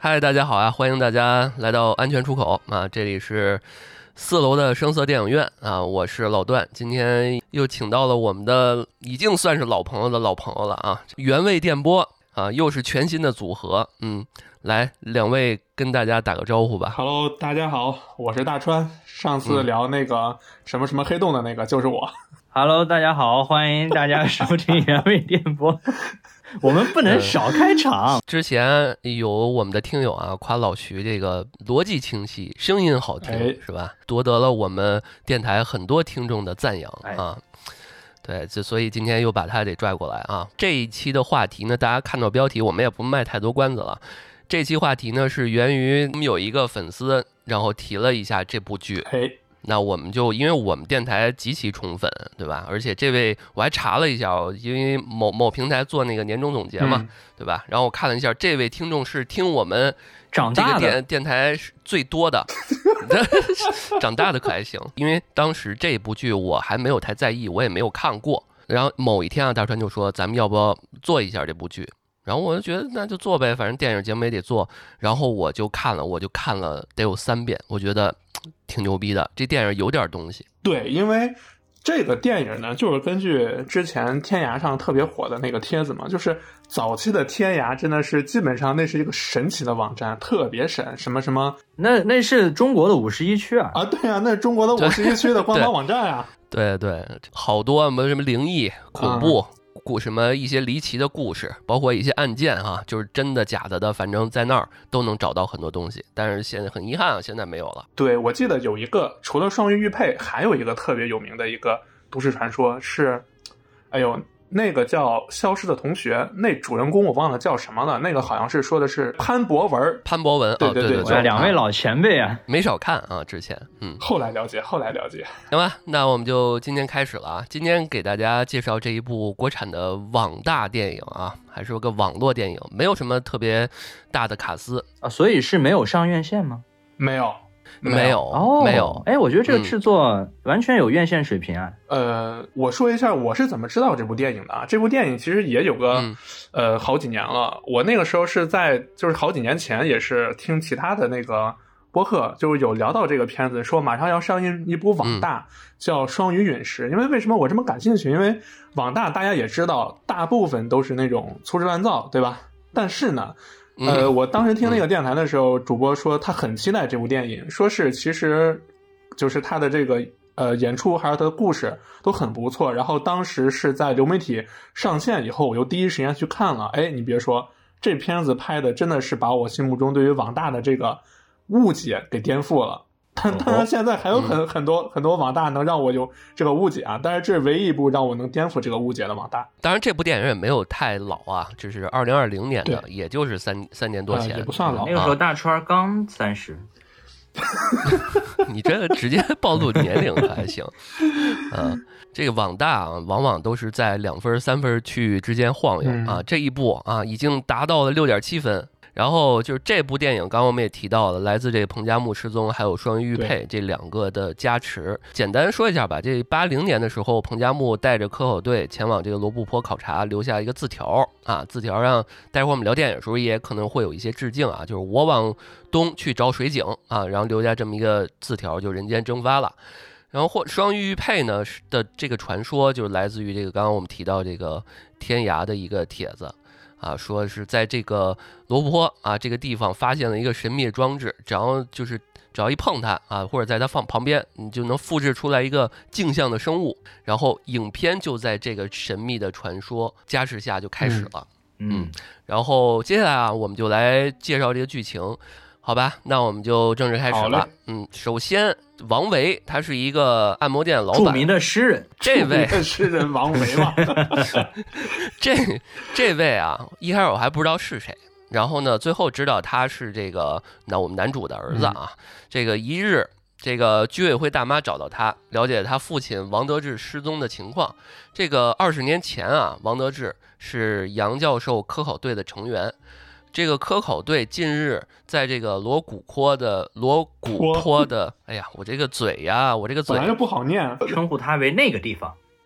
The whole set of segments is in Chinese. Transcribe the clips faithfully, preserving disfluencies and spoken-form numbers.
嗨，大家好啊！欢迎大家来到安全出口啊！这里是四楼的声色电影院啊，我是老段，今天又请到了我们的已经算是老朋友的老朋友了啊，原味电波啊，又是全新的组合，嗯，来，两位跟大家打个招呼吧。 Hello， 大家好，我是大川。上次聊那个什么什么黑洞的那个就是我。 Hello， 大家好，欢迎大家收听原味电波。我们不能少开场、 嗯。之前有我们的听友啊夸老徐这个逻辑清晰，声音好听，哎、是吧？夺得了我们电台很多听众的赞扬啊。哎、对，就所以今天又把他给拽过来啊。这一期的话题呢，大家看到标题，我们也不卖太多关子了。这期话题呢是源于我们有一个粉丝，然后提了一下这部剧。 哎。 那我们就因为我们电台极其宠粉，对吧？而且这位我还查了一下，因为某某平台做那个年终总结嘛，嗯、对吧？然后我看了一下，这位听众是听我们长大的电电台最多的，长大的可还行。因为当时这部剧我还没有太在意，我也没有看过。然后某一天啊，大川就说咱们要不要做一下这部剧？然后我就觉得那就做呗，反正电影节目也得做。然后我就看了，我就看了得有三遍，我觉得挺牛逼的，这电影有点东西。 对，因为这个电影呢，就是根据之前天涯上特别火的那个帖子嘛，就是早期的天涯真的是基本上那是一个神奇的网站，特别神，什么什么， 那那是中国的五十一区啊啊，对啊，那是中国的五十一区的官方网站啊， 对 对, 对，好多什么什么灵异、恐怖。嗯故什么一些离奇的故事，包括一些案件哈、啊，就是真的假的的，反正在那儿都能找到很多东西。但是现在很遗憾啊，现在没有了。 对，我记得有一个，除了双鱼玉佩，还有一个特别有名的一个都市传说是，哎呦，那个叫消失的同学，那主人公我忘了叫什么了，那个好像是说的是潘博文， 潘博文， 对对对， 哦、对对对， 两位老前辈啊， 没少看啊，之前，嗯， 后来了解，后来了解， 行吧，那我们就今天开始了啊，今天给大家介绍这一部国产的网大电影啊，还是个网络电影，没有什么特别大的卡司啊，所以是没有上院线吗？ 没有。 没有哦，没有。哎，我觉得这个制作完全有院线水平啊。 嗯、呃，我说一下我是怎么知道这部电影的啊。这部电影其实也有个、嗯、呃好几年了。我那个时候是在就是好几年前也是听其他的那个播客，就是有聊到这个片子，说马上要上映一部网大、嗯、叫《双鱼陨石》。因为为什么我这么感兴趣？因为网大大家也知道，大部分都是那种粗制滥造，对吧？但是呢。呃，我当时听那个电台的时候，主播说他很期待这部电影，说是其实就是他的这个呃演出还有他的故事都很不错。然后当时是在流媒体上线以后，我又第一时间去看了。哎，你别说，这片子拍的真的是把我心目中对于网大的这个误解给颠覆了。但当然现在还有很、嗯、很多很多网大能让我有这个误解啊，但是这是唯一一部让我能颠覆这个误解的网大。 当然这部电影也没有太老啊，这是二零二零年的，也就是三三年多前、 呃、也不算老、 啊、那个时候大川刚三十你这个直接暴露年龄还行啊。这个网大啊往往都是在两分三分区域之间晃悠、嗯、啊，这一部啊已经达到了 六点七分。然后就是这部电影，刚刚我们也提到了，来自这个彭加木失踪，还有双鱼玉佩这两个的加持。简单说一下吧，这八零年的时候，彭加木带着科考队前往这个罗布泊考察，留下一个字条啊，字条上待会儿我们聊电影的时候也可能会有一些致敬啊，就是我往东去找水井啊，然后留下这么一个字条，就人间蒸发了。然后或双鱼玉佩呢的这个传说，就是来自于这个刚刚我们提到这个天涯的一个帖子。啊，说是在这个罗布泊啊这个地方发现了一个神秘的装置，只要就是只要一碰它啊，或者在它放旁边，你就能复制出来一个镜像的生物。然后影片就在这个神秘的传说加持下就开始了。嗯，嗯然后接下来啊，我们就来介绍这个剧情。好吧，那我们就正式开始了。嗯，首先王维他是一个按摩店老板， 著名的诗人。 这位诗人王维嘛， 这这位啊，一开始我还不知道是谁，然后呢，最后知道他是这个那我们男主的儿子啊。嗯、这个一日，这个居委会大妈找到他，了解他父亲王得志失踪的情况。这个二十年前啊，王得志是杨教授科考队的成员。这个科考队近日在这个罗古坡的罗古坡的，哎呀，我这个嘴呀，我这个嘴本来就不好念， 称呼他为那个地方，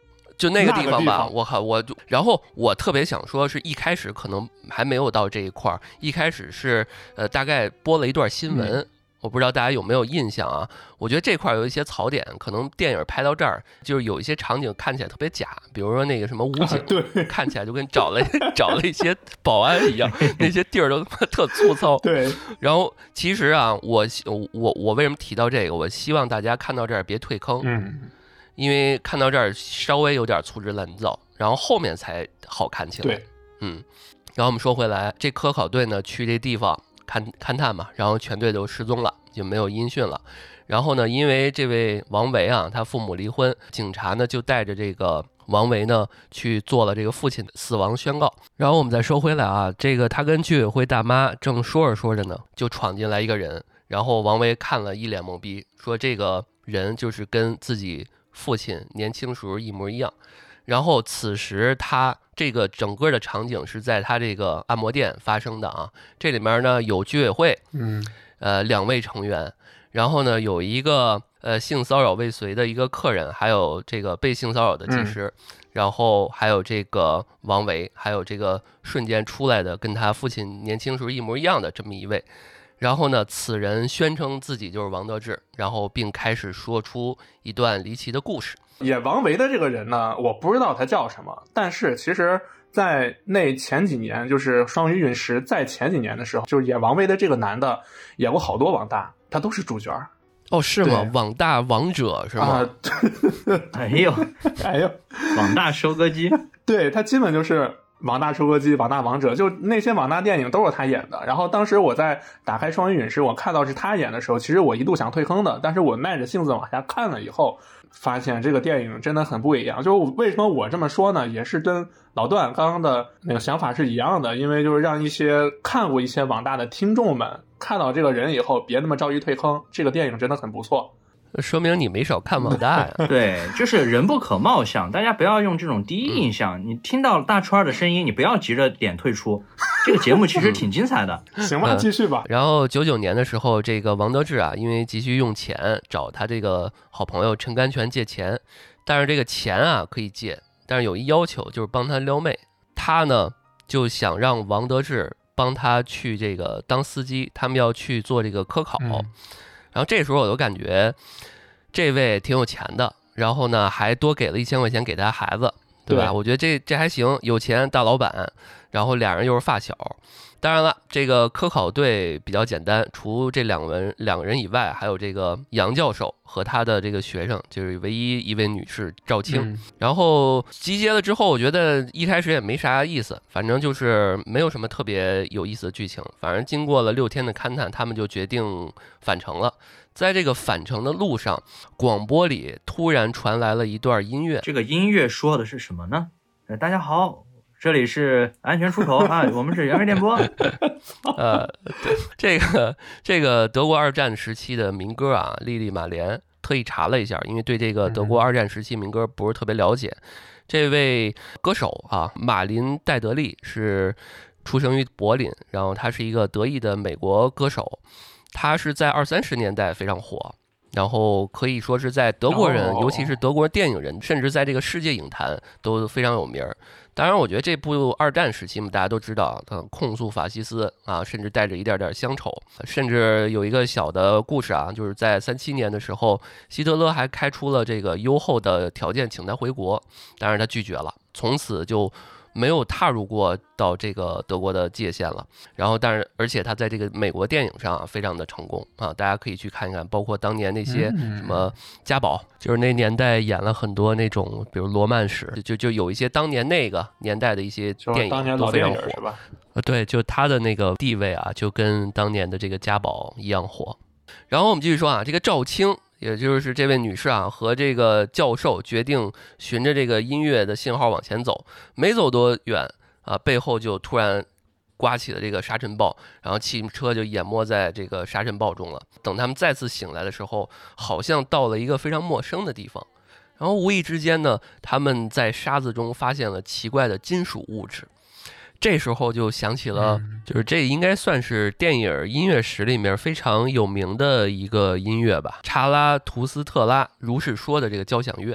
就那个地方吧，我靠，我就然后我特别想说，是一开始可能还没有到这一块儿，一开始是呃大概播了一段新闻。嗯，我不知道大家有没有印象啊？我觉得这块有一些槽点，可能电影拍到这儿，就是有一些场景看起来特别假，比如说那个什么武警，啊、对，看起来就跟找了找了一些保安一样，那些地儿都特粗糙。 对。 然后其实啊，我我我为什么提到这个？我希望大家看到这儿别退坑， 嗯， 因为看到这儿稍微有点粗制滥造，然后后面才好看起来。 对， 嗯。然后我们说回来，这科考队呢去这地方。勘勘探嘛，然后全队都失踪了，就没有音讯了。然后呢，因为这位王维啊，他父母离婚，警察呢就带着这个王维呢去做了这个父亲的死亡宣告。然后我们再说回来啊，这个他跟居委会大妈正说着说着呢，就闯进来一个人，然后王维看了一脸懵逼，说这个人就是跟自己父亲年轻时候一模一样。然后此时他这个整个的场景是在他这个按摩店发生的啊，这里面呢有居委会， 嗯， 呃两位成员，然后呢有一个呃性骚扰未遂的一个客人，还有这个被性骚扰的技师，嗯、然后还有这个王维，还有这个瞬间出来的跟他父亲年轻时候一模一样的这么一位。然后呢，此人宣称自己就是王得志，然后并开始说出一段离奇的故事。 演王维的这个人呢，我不知道他叫什么，但是其实在那前几年，就是双鱼陨石在前几年的时候，就是演王维的这个男的演过好多网大，他都是主角。 哦，是吗？网大王者是吗？ 啊、 哎呦， 哎呦， 网大收割机， 对，他基本就是网大收割机、网大王者，就那些网大电影都是他演的。然后当时我在打开双鱼陨石，我看到是他演的时候，其实我一度想退坑的，但是我耐着性子往下看了以后，发现这个电影真的很不一样。就为什么我这么说呢？也是跟老段刚刚的那个想法是一样的，因为就是让一些看过一些网大的听众们看到这个人以后，别那么着急退坑。这个电影真的很不错。 说明你没少看网大呀。 对，就是人不可貌相，大家不要用这种第一印象。嗯、你听到大初二的声音，你不要急着点退出。这个节目其实挺精彩的。 行吧，继续吧。 嗯、然后九九年的时候，这个王得志啊，因为急需用钱，找他这个好朋友陈甘泉借钱，但是这个钱啊可以借，但是有一要求，就是帮他撩妹。他呢就想让王得志帮他去这个当司机，他们要去做这个科考。嗯，然后这时候我就感觉这位挺有钱的，然后呢还多给了一千块钱给他孩子，对吧？对，我觉得这这还行，有钱大老板，然后俩人又是发小。当然了，这个科考队比较简单，除这两个人两个人以外，还有这个杨教授和他的这个学生，就是唯一一位女士赵青。嗯、然后集结了之后，我觉得一开始也没啥意思，反正就是没有什么特别有意思的剧情。反正经过了六天的勘探，他们就决定返程了。在这个返程的路上，广播里突然传来了一段音乐。 这个音乐说的是什么呢？大家好，这里是安全出口啊，我们是原味电波。 呃，对，这个这个德国二战时期的民歌啊，莉莉马莲特意查了一下，因为对这个德国二战时期民歌不是特别了解。嗯、这位歌手啊，马林戴德利是出生于柏林，然后他是一个德裔的美国歌手，他是在二三十年代非常火。然后可以说是在德国人，尤其是德国电影人，甚至在这个世界影坛都非常有名。当然，我觉得这部二战时期嘛，大家都知道，他控诉法西斯啊，甚至带着一点点乡愁。甚至有一个小的故事啊，就是在三七年的时候，希特勒还开出了这个优厚的条件，请他回国，但是他拒绝了，从此就没有踏入过到这个德国的界限了。然后但是而且他在这个美国电影上、啊、非常的成功啊，大家可以去看一看，包括当年那些什么家宝，就是那年代演了很多那种比如罗曼史，就就有一些当年那个年代的一些电影都非常火，是吧？对，就他的那个地位啊，就跟当年的这个家宝一样火。然后我们继续说啊，这个赵青，也就是这位女士啊，和这个教授决定循着这个音乐的信号往前走，没走多远啊，背后就突然刮起了这个沙尘暴，然后汽车就淹没在这个沙尘暴中了。等他们再次醒来的时候，好像到了一个非常陌生的地方，然后无意之间呢，他们在沙子中发现了奇怪的金属物质。这时候就想起了，就是这应该算是电影音乐史里面非常有名的一个音乐吧，查拉图斯特拉如是说的这个交响乐。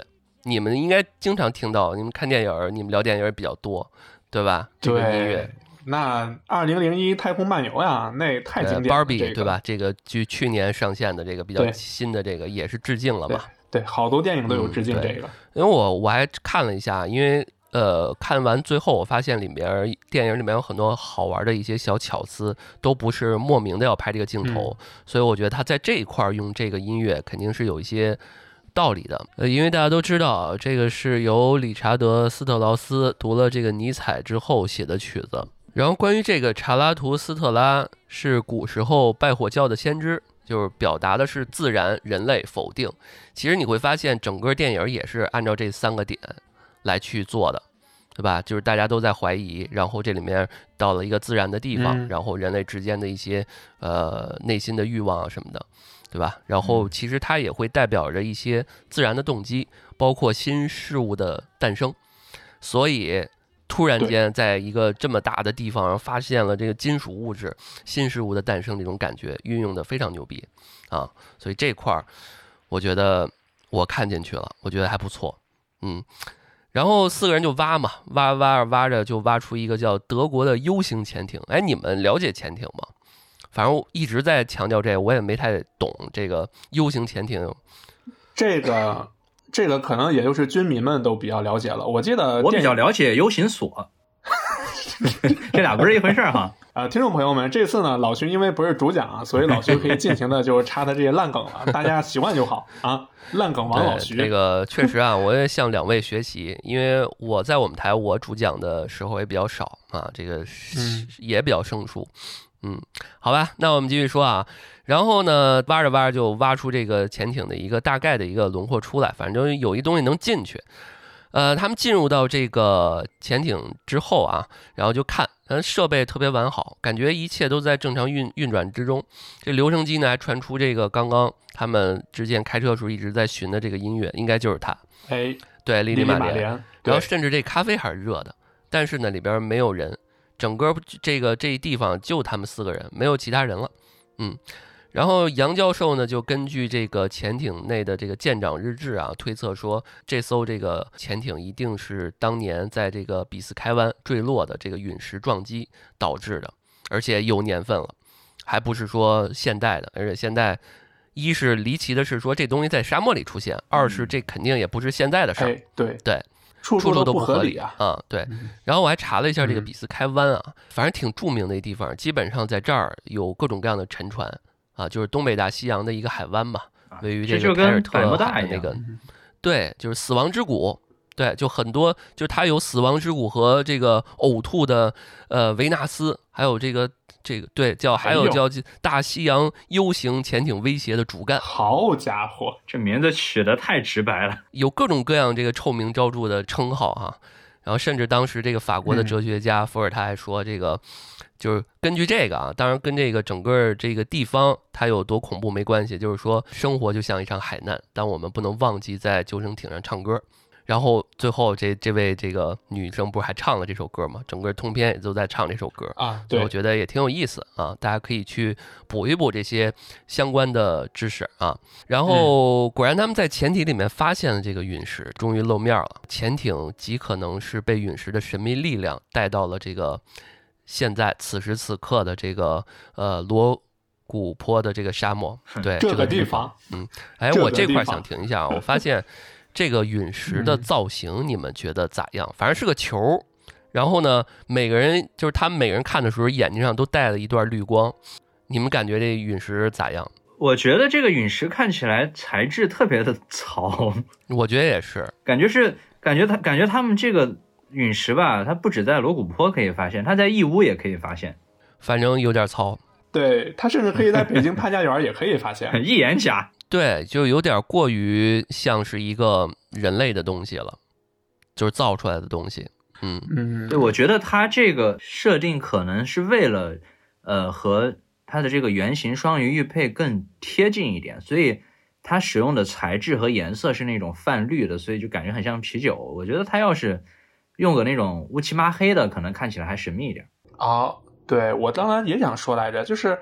你们应该经常听到，你们看电影，你们聊电影比较多，对吧？这个音乐。 那二零零一太空漫游呀，那太经典了。 Barbie、 这个、 对吧？这个距去年上线的这个比较新的这个也是致敬了嘛？ 对，对好多电影都有致敬这个。 嗯、因为我我还看了一下，因为呃看完最后我发现里面电影里面有很多好玩的一些小巧思，都不是莫名的要拍这个镜头，嗯、所以我觉得他在这一块用这个音乐肯定是有一些道理的。呃，因为大家都知道，这个是由理查德·斯特劳斯读了这个尼采之后写的曲子。然后关于这个查拉图斯特拉是古时候拜火教的先知，就是表达的是自然、人类、否定。其实你会发现整个电影也是按照这三个点来去做的，对吧？就是大家都在怀疑，然后这里面到了一个自然的地方， 嗯、 然后人类之间的一些呃内心的欲望啊什么的，对吧？然后其实它也会代表着一些自然的动机，包括新事物的诞生。所以突然间在一个这么大的地方发现了这个金属物质，新事物的诞生，这种感觉运用的非常牛逼啊！所以这块儿我觉得我看进去了，我觉得还不错，嗯。然后四个人就挖嘛，挖挖着挖着就挖出一个叫德国的 U 型潜艇。哎，你们了解潜艇吗？反正我一直在强调这个，我也没太懂这个 U 型潜艇。 这个。这个可能也就是军民们都比较了解了。我记得我比较了解 U 型锁，这俩不是一回事哈。 啊、呃，听众朋友们，这次呢，老徐因为不是主讲，所以老徐可以尽情的就插他这些烂梗了，大家习惯就好啊。烂梗王老徐， 这个确实啊，我也向两位学习，因为我在我们台我主讲的时候也比较少啊，这个也比较生疏。嗯，好吧，那我们继续说啊。然后呢，挖着挖着就挖出这个潜艇的一个大概的一个轮廓出来，反正有一东西能进去。呃，他们进入到这个潜艇之后啊，然后就看，嗯，设备特别完好，感觉一切都在正常运运转之中。这留声机呢还传出这个刚刚他们之间开车时候一直在寻的这个音乐，应该就是它。 哎， 对，莉莉马莲。然后甚至这咖啡还是热的，但是呢里边没有人，整个这个这地方就他们四个人，没有其他人了。嗯。然后杨教授呢，就根据这个潜艇内的这个舰长日志啊，推测说这艘这个潜艇一定是当年在这个比斯开湾坠落的这个陨石撞击导致的，而且有年份了，还不是说现代的，而且现在一是离奇的是说这东西在沙漠里出现，二是这肯定也不是现在的事儿、 哎，对对。 处处都不合理啊！ 啊，对。然后我还查了一下这个比斯开湾啊，反正挺著名的一地方，基本上在这儿有各种各样的沉船。啊，就是东北大西洋的一个海湾嘛，位于这个凯尔特海的那个，对，就是死亡之谷，对，就很多，就是它有死亡之谷和这个呕吐的呃维纳斯，还有这个这个对叫还有叫大西洋 U 型潜艇威胁的主干。 好家伙， 这名字取得太直白了， 有各种各样这个臭名昭著的称号哈、啊。然后甚至当时这个法国的哲学家伏尔泰还说这个。就是根据这个啊，当然跟这个整个这个地方它有多恐怖没关系，就是说生活就像一场海难，但我们不能忘记在救生艇上唱歌。然后最后这这位这个女生不是还唱了这首歌吗？整个通篇也都在唱这首歌啊，对， 我觉得也挺有意思啊，大家可以去补一补这些相关的知识啊。然后果然他们在潜艇里面发现了这个陨石，终于露面了。潜艇极可能是被陨石的神秘力量带到了这个。现在此时此刻的这个呃罗古坡的这个沙漠，对这个地方， 嗯，哎，我这块想停一下啊，我发现这个陨石的造型，你们觉得咋样？反正是个球，然后呢，每个人就是他们每个人看的时候，眼睛上都带了一段绿光，你们感觉这陨石咋样？ 我觉得这个陨石看起来材质特别的糙， 我觉得也是， 感觉是感觉他感觉他们这个。陨石吧，它不止在罗古坡可以发现，它在义乌也可以发现， 反正有点糙。 对，它甚至可以在北京潘家园也可以发现， 一眼假。 对，就有点过于像是一个人类的东西了，就是造出来的东西。嗯嗯， 对，我觉得它这个设定可能是为了呃和它的这个原型双鱼玉佩更贴近一点，所以它使用的材质和颜色是那种泛绿的，所以就感觉很像啤酒。我觉得它要是用个那种乌漆麻黑的，可能看起来还神秘一点。 哦，对，我当然也想说来着，就是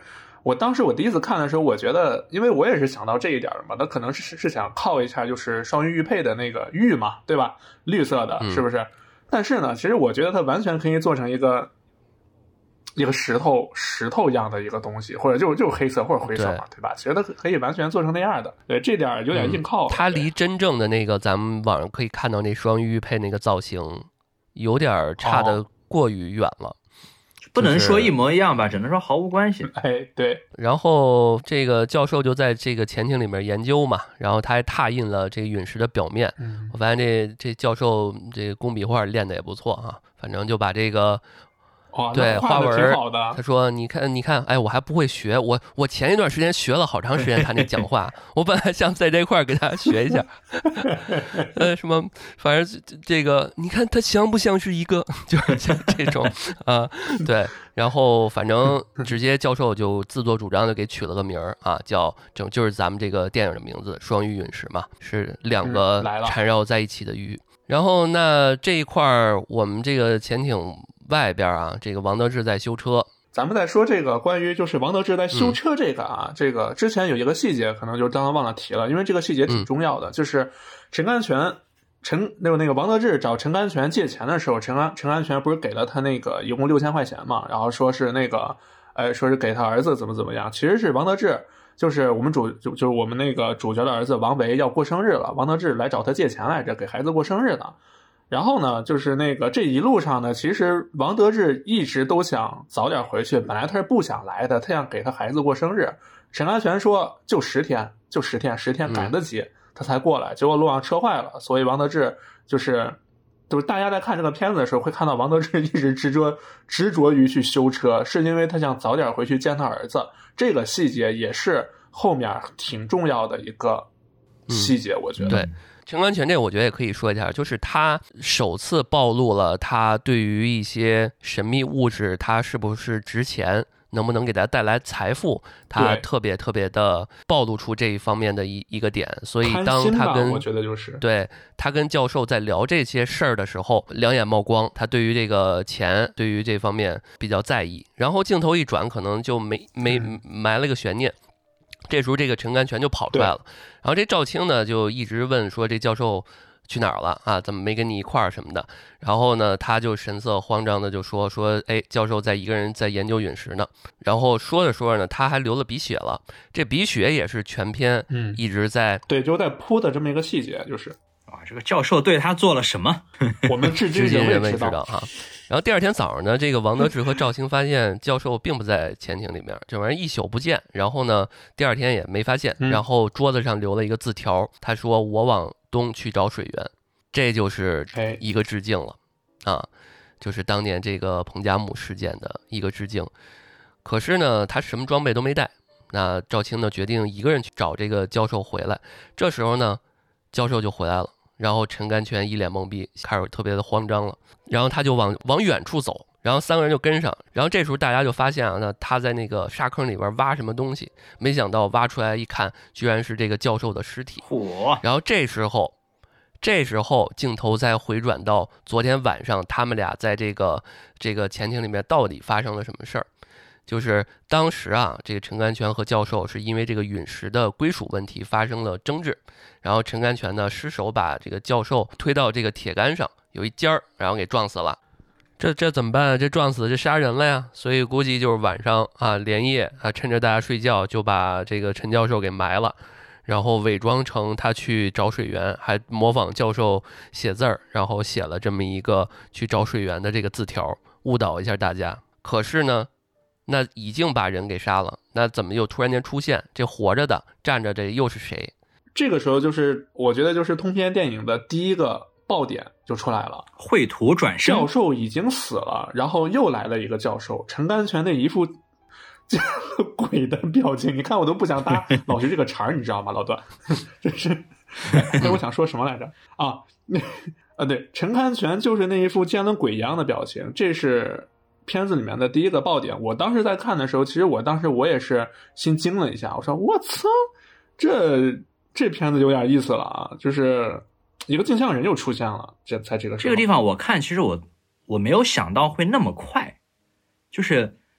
我当时我第一次看的时候，我觉得，因为我也是想到这一点嘛，他可能是是想靠一下就是双鱼玉佩的那个玉嘛，对吧？绿色的，是不是？嗯、但是呢，其实我觉得它完全可以做成一个一个石头石头一样的一个东西，或者就就是黑色或者灰色嘛， 对, 对吧？其实它可以完全做成那样的，对，这点有点硬靠、嗯。 它离真正的那个咱们网上可以看到那双鱼玉佩那个造型，有点差的过于远了。哦， 不能说一模一样吧，只能说毫无关系。 哎，对。 然后这个教授就在这个潜艇里面研究嘛，然后他还拓印了这个陨石的表面。嗯、我发现这这教授这个工笔画练得也不错啊，反正就把这个。 哦、 对， 画文好的。 他说：“你看，你看，哎，我还不会学，我我前一段时间学了好长时间他那讲话，我本来想在这块给大家学一下，呃，什么，反正这个，你看他像不像是一个，就是像这种啊，对，然后反正直接教授就自作主张的给取了个名儿啊，叫就就是咱们这个电影的名字——双鱼陨石嘛，是两个缠绕在一起的鱼。然后那这一块我们这个潜艇。”外边啊，这个王德志在修车。 咱们再说这个关于就是王德志在修车这个啊，嗯、这个之前有一个细节，可能就是刚刚忘了提了，因为这个细节挺重要的，嗯、就是陈甘泉，陈那个那个王德志找陈甘泉借钱的时候，陈甘陈甘泉不是给了他那个一共六千块钱嘛，然后说是那个，呃，说是给他儿子怎么怎么样，其实是王德志。就是我们主就就是我们那个主角的儿子王维要过生日了，王德志来找他借钱来着，给孩子过生日呢。然后呢，就是那个这一路上呢，其实王德志一直都想早点回去，本来他是不想来的，他想给他孩子过生日。陈安全说就十天，就十天，十天赶得及，嗯、他才过来。结果路上车坏了，所以王德志就是就是大家在看这个片子的时候会看到王德志一直执着执着于去修车，是因为他想早点回去见他儿子。这个细节也是后面挺重要的一个细节，嗯、我觉得。 对。陈甘泉这我觉得也可以说一下，就是他首次暴露了他对于一些神秘物质，他是不是值钱，能不能给他带来财富，他特别特别的暴露出这一方面的一一个点。所以当他跟我觉得就是对他跟教授在聊这些事儿的时候，两眼冒光，他对于这个钱，对于这方面比较在意。然后镜头一转，可能就没没埋了个悬念。这时候这个陈甘泉就跑出来了，然后这赵青呢就一直问说这教授去哪儿了啊？怎么没跟你一块儿什么的？然后呢他就神色慌张的就说说哎，教授在一个人在研究陨石呢。然后说着说着呢，他还流了鼻血了，这鼻血也是全篇一直在、 嗯、对就在铺的这么一个细节，就是啊，这个教授对他做了什么？ 我们至今仍未知道哈。然后第二天早上呢，这个王德志和赵青发现教授并不在潜艇里面，这玩意儿一宿不见。然后呢，第二天也没发现。然后桌子上留了一个字条，他说：“我往东去找水源。”这就是一个致敬了啊，就是当年这个彭加木事件的一个致敬。可是呢，他什么装备都没带。那赵青呢，决定一个人去找这个教授回来。这时候呢，教授就回来了。然后陈甘泉一脸懵逼，开始特别的慌张了，然后他就往往远处走，然后三个人就跟上，然后这时候大家就发现啊，那他在那个沙坑里边挖什么东西，没想到挖出来一看，居然是这个教授的尸体。然后这时候，这时候镜头再回转到昨天晚上，他们俩在这个这个潜艇里面到底发生了什么事儿？就是当时啊，这个陈甘泉和教授是因为这个陨石的归属问题发生了争执，然后陈甘泉呢失手把这个教授推到这个铁杆上，有一尖儿，然后给撞死了。这这怎么办啊？这撞死这杀人了呀！所以估计就是晚上啊，连夜啊，趁着大家睡觉就把这个陈教授给埋了，然后伪装成他去找水源，还模仿教授写字儿，然后写了这么一个去找水源的这个字条，误导一下大家。可是呢，那已经把人给杀了，那怎么又突然间出现这活着的站着这又是谁？ 这个时候就是我觉得就是通篇电影的第一个爆点就出来了， 绘图转身， 教授已经死了，然后又来了一个教授，陈甘泉那一副鬼的表情，你看我都不想搭老徐这个茬你知道吗？老段，这是，哎，我想说什么来着啊？啊，对，陈甘泉就是那一副见了鬼一样的表情，这是片子里面的第一个爆点。我当时在看的时候，其实我当时我也是心惊了一下，我说我操，这这片子有点意思了啊！就是一个镜像人又出现了，这在这个时候这个地方我看，其实我我没有想到会那么快，就是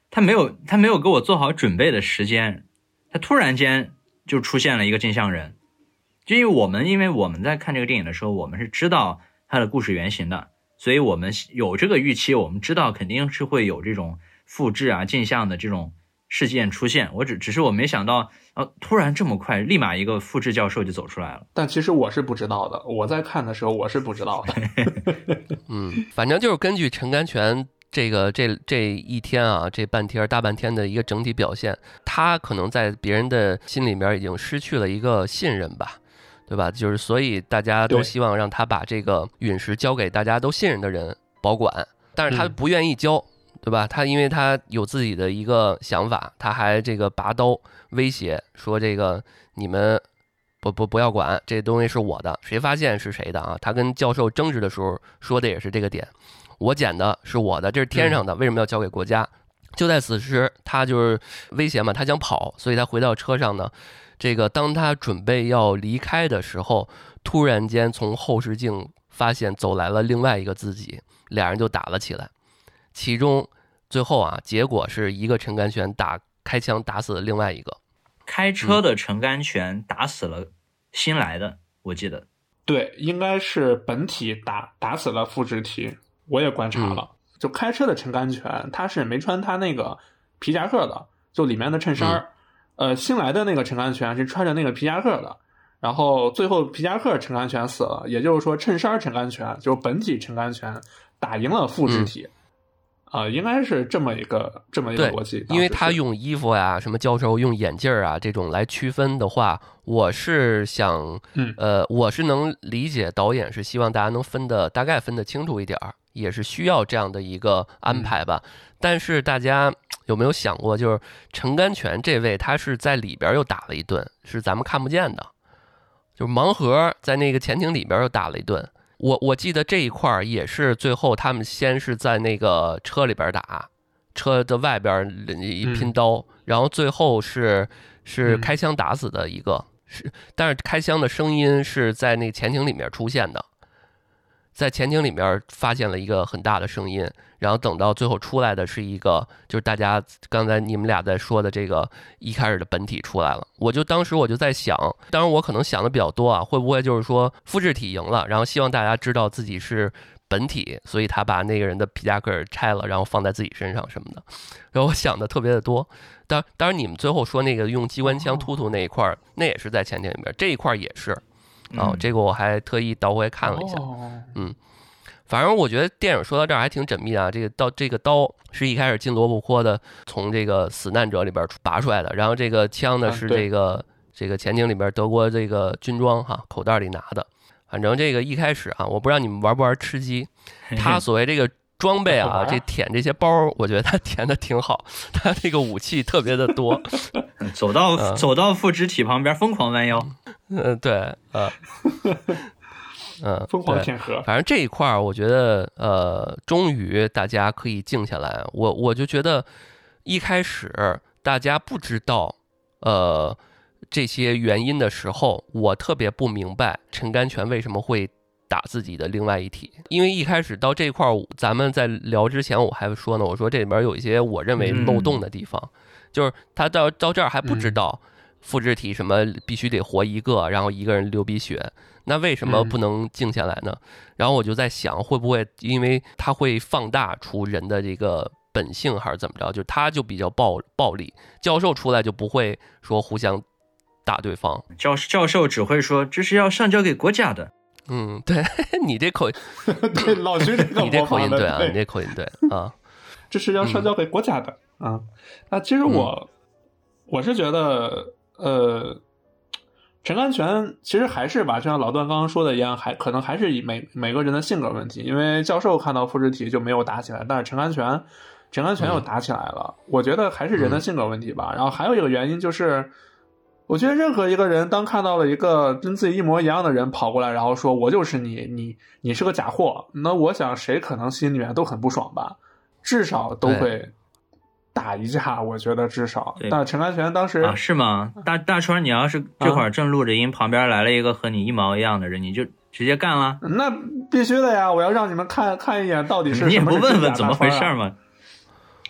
他没有他没有给我做好准备的时间，他突然间就出现了一个镜像人。就因为我们因为我们在看这个电影的时候，我们是知道他的故事原型的，所以我们有这个预期，我们知道肯定是会有这种复制啊镜像的这种事件出现。我只只是我没想到啊，突然这么快立马一个复制教授就走出来了。 但其实我是不知道的，我在看的时候我是不知道的。 嗯，反正就是根据陈甘泉这个这这一天啊，这半天大半天的一个整体表现，他可能在别人的心里面已经失去了一个信任吧，对吧？就是所以大家都希望让他把这个陨石交给大家都信任的人保管，但是他不愿意交，嗯、对吧？他因为他有自己的一个想法，他还这个拔刀威胁说这个你们不不不要管，这东西是我的，谁发现是谁的啊？他跟教授争执的时候说的也是这个点。我捡的是我的，这是天上的，为什么要交给国家？就在此时，他就是威胁嘛，他想跑，所以他回到车上呢。这个当他准备要离开的时候，突然间从后视镜发现走来了另外一个自己，俩人就打了起来。其中最后啊，结果是一个陈甘泉打开枪打死了另外一个。 开车的陈甘泉打死了新来的，嗯、我记得。 对，应该是本体打打死了复制体。我也观察了，嗯、就开车的陈甘泉，他是没穿他那个皮夹克的，就里面的衬衫。嗯、呃，新来的那个陈甘泉是穿着那个皮夹克的，然后最后皮夹克陈甘泉死了，也就是说衬衫陈甘泉就是本体陈甘泉打赢了复制体。啊、嗯呃，应该是这么一个这么一个逻辑。 因为他用衣服呀，什么教授用眼镜啊这种来区分的话，我是想， 嗯， 呃，我是能理解导演是希望大家能分的大概分得清楚一点，也是需要这样的一个安排吧。嗯、但是大家有没有想过，就是陈甘泉这位他是在里边又打了一顿，是咱们看不见的，就是盲盒在那个潜艇里边又打了一顿。我我记得这一块也是最后他们先是在那个车里边打，车的外边一拼刀，嗯、然后最后是是开枪打死的一个，嗯、是但是开枪的声音是在那个潜艇里面出现的，在潜艇里面发现了一个很大的声音，然后等到最后出来的是一个，就是大家刚才你们俩在说的这个一开始的本体出来了。我就当时我就在想，当然我可能想的比较多啊，会不会就是说复制体赢了，然后希望大家知道自己是本体，所以他把那个人的皮夹克拆了，然后放在自己身上什么的。然后我想的特别的多。当当然你们最后说那个用机关枪突突那一块，那也是在潜艇里面，这一块也是。哦，这个我还特意倒回来看了一下，嗯，反正我觉得电影说到这儿还挺缜密的啊。这个刀，这个刀是一开始进罗布泊的，从这个死难者里边拔出来的，然后这个枪呢是这个、啊、这个潜艇里边德国这个军装哈口袋里拿的。反正这个一开始啊，我不知道你们玩不玩吃鸡，他所谓这个装备啊，这舔这些包，我觉得他舔的挺好，他这个武器特别的多， 走到、嗯、走到复制体旁边疯狂弯腰。 嗯，对，呃，嗯， 疯狂舔盒。 反正这一块儿，我觉得，呃，终于大家可以静下来。我我就觉得，一开始大家不知道，呃，这些原因的时候，我特别不明白陈甘泉为什么会打自己的另外一体。因为一开始到这块儿，咱们在聊之前，我还说呢，我说这里边有一些我认为漏洞的地方，嗯、就是他到到这儿还不知道。嗯复制体什么必须得活一个，然后一个人流鼻血，那为什么不能静下来呢？嗯、然后我就在想，会不会因为它会放大出人的这个本性，还是怎么着？就他就比较暴暴力，教授出来就不会说互相打对方， 教教授只会说这是要上交给国家的。 嗯，对你这口音， 对老徐这个你这口音对啊，你这口音对啊， 这是要上交给国家的、嗯、啊。那其实我、嗯、我是觉得。呃，陈甘泉其实还是吧，就像老段刚刚说的一样，还可能还是以每每个人的性格问题。因为教授看到复制体就没有打起来，但是陈甘泉，陈甘泉又打起来了。嗯、我觉得还是人的性格问题吧。嗯、然后还有一个原因就是，我觉得任何一个人当看到了一个跟自己一模一样的人跑过来，然后说我就是你，你你是个假货，那我想谁可能心里面都很不爽吧，至少都会。打一架，我觉得至少。但陈甘泉当时啊，是吗？大大川，你要是这会儿正录着音，啊、旁边来了一个和你一毛一样的人，你就直接干了？ 那必须的呀！我要让你们看看一眼，到底是什么是、啊、 你也不问问怎么回事吗？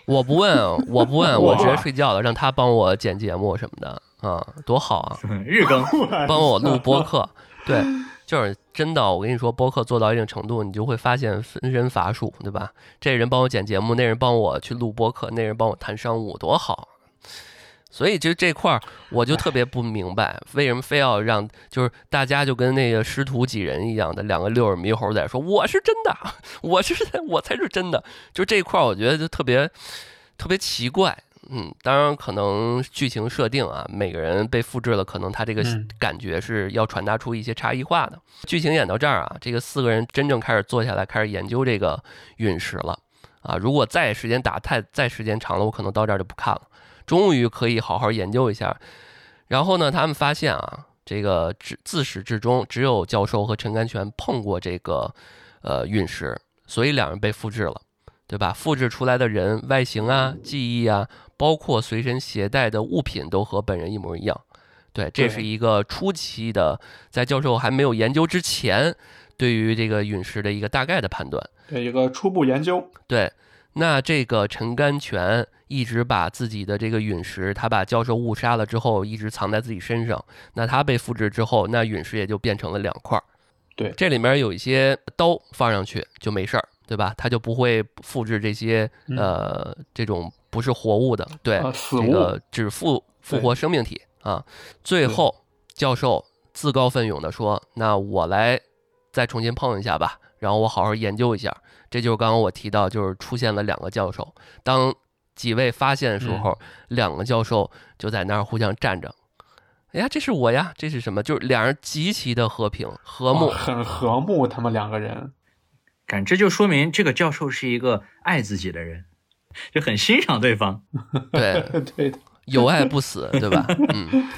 我不问，我不问，我直接睡觉了，让他帮我剪节目什么的啊，多好啊！ 日更， 帮我录播客，对，就是真的。我跟你说，播客做到一定程度，你就会发现分身乏术，对吧？这人帮我剪节目，那人帮我去录播客，那人帮我谈商务，多好。所以就这块儿，我就特别不明白，为什么非要让就是大家就跟那个师徒几人一样的两个六耳猕猴在说我是真的，我是我才是真的。就这块儿，我觉得就特别特别奇怪。嗯，当然可能剧情设定啊，每个人被复制了，可能他这个感觉是要传达出一些差异化的。剧情演到这儿啊，这个四个人真正开始坐下来，开始研究这个陨石了啊。如果再时间打太再时间长了，我可能到这儿就不看了。终于可以好好研究一下，然后呢，他们发现啊，这个自始至终只有教授和陈甘泉碰过这个呃陨石，所以两人被复制了，对吧？复制出来的人外形啊、记忆啊，包括随身携带的物品都和本人一模一样。对，这是一个初期的，在教授还没有研究之前，对于这个陨石的一个大概的判断， 对，一个初步研究。 对，那这个陈甘泉一直把自己的这个陨石，他把教授误杀了之后，一直藏在自己身上。那他被复制之后，那陨石也就变成了两块。 对， 这里面有一些刀放上去就没事儿，对吧？他就不会复制这些呃这种不是活物的，对， 啊、死物这个只复复活生命体啊。最后教授自告奋勇的说：“那我来再重新碰一下吧，然后我好好研究一下。”这就是刚刚我提到，就是出现了两个教授。当几位发现的时候，嗯、两个教授就在那儿互相站着。哎呀，这是我呀，这是什么？就是两人极其的和平和睦， 很和睦。他们两个人， 感这就说明这个教授是一个爱自己的人，就很欣赏对方。 对对的， 有爱不死，对吧？嗯，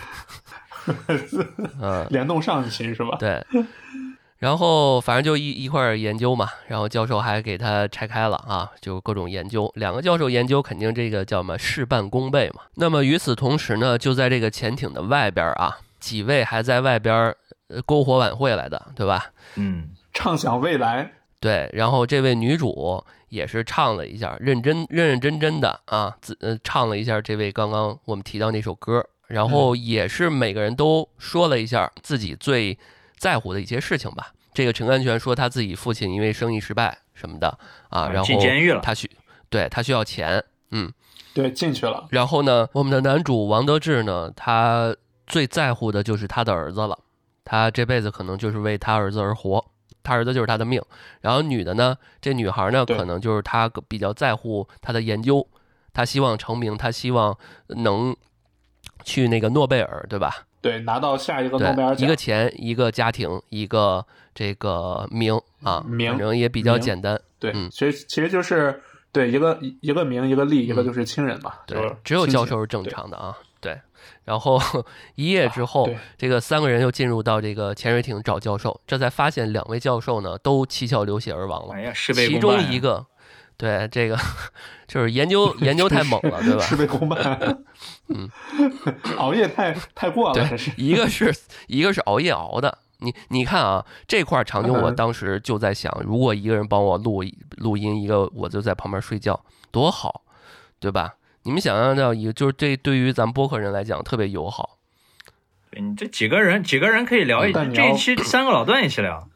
嗯，联动上行是吧？ 对。然后反正就一一块研究嘛，然后教授还给他拆开了啊，就各种研究。两个教授研究，肯定这个叫什么事半功倍嘛。那么与此同时呢，就在这个潜艇的外边啊，几位还在外边篝火晚会来的，对吧？ 嗯， 畅想未来。 对，然后这位女主也是唱了一下，认真认认真真的啊，呃唱了一下这位刚刚我们提到那首歌，然后也是每个人都说了一下自己最在乎的一些事情吧。这个陈甘泉说他自己父亲因为生意失败什么的啊，然后进监狱了， 他需对他需要钱，嗯， 对，进去了。 然后呢，我们的男主王德志呢，他最在乎的就是他的儿子了，他这辈子可能就是为他儿子而活，他儿子就是他的命。然后女的呢，这女孩呢，可能就是他比较在乎他的研究，他希望成名，他希望能去那个诺贝尔，对吧？ 对，拿到下一个诺贝尔奖。 一个钱，一个家庭，一个这个名啊， 名反正也比较简单。 对， 嗯， 其实其实就是对一个一个名，一个利，一个就是亲人嘛。 嗯、对，只有教授是正常的啊。对，对然后一夜之后、啊，这个三个人又进入到这个潜水艇找教授，这才发现两位教授呢都七窍流血而亡了。 哎呀，事倍其中一个。对这个就是研究研究太猛了，对吧？ 事倍功半， 嗯， 熬夜太太过了。 对，一个是一个是熬夜熬的。你你看啊，这块场景我当时就在想，如果一个人帮我录录音，一个我就在旁边睡觉，多好，对吧？你们想象到一个，就是这对于咱们播客人来讲特别友好。 对你这几个人几个人可以聊一，嗯、这一期三个老段一起聊。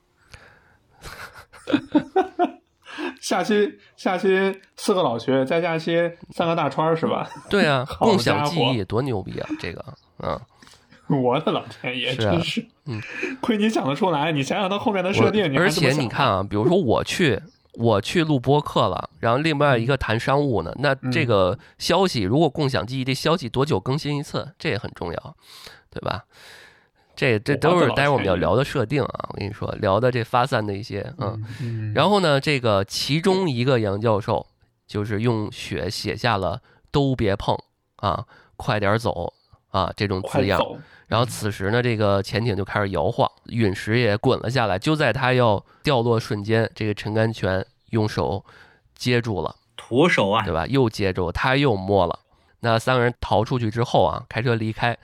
下期下期四个老学，再下期三个大川是吧？ 对啊，共享记忆多牛逼啊！这个，嗯， 我的老天爷， 是真是， 嗯， 亏你想得出来。你想想到后面的设定，你而且你看啊，比如说我去我去录播课了，然后另外一个谈商务呢，那这个消息如果共享记忆，这消息多久更新一次，这也很重要，对吧？这这都是待会儿我们要聊的设定啊！我跟你说，聊的这发散的一些，嗯， 嗯然后呢，这个其中一个杨教授就是用血写下了“都别碰啊，快点走啊”这种字样。然后此时呢，这个潜艇就开始摇晃，陨石也滚了下来。就在它要掉落瞬间，这个陈甘泉用手接住了， 徒手啊， 对吧？又接住，他又摸了。那三个人逃出去之后啊，开车离开。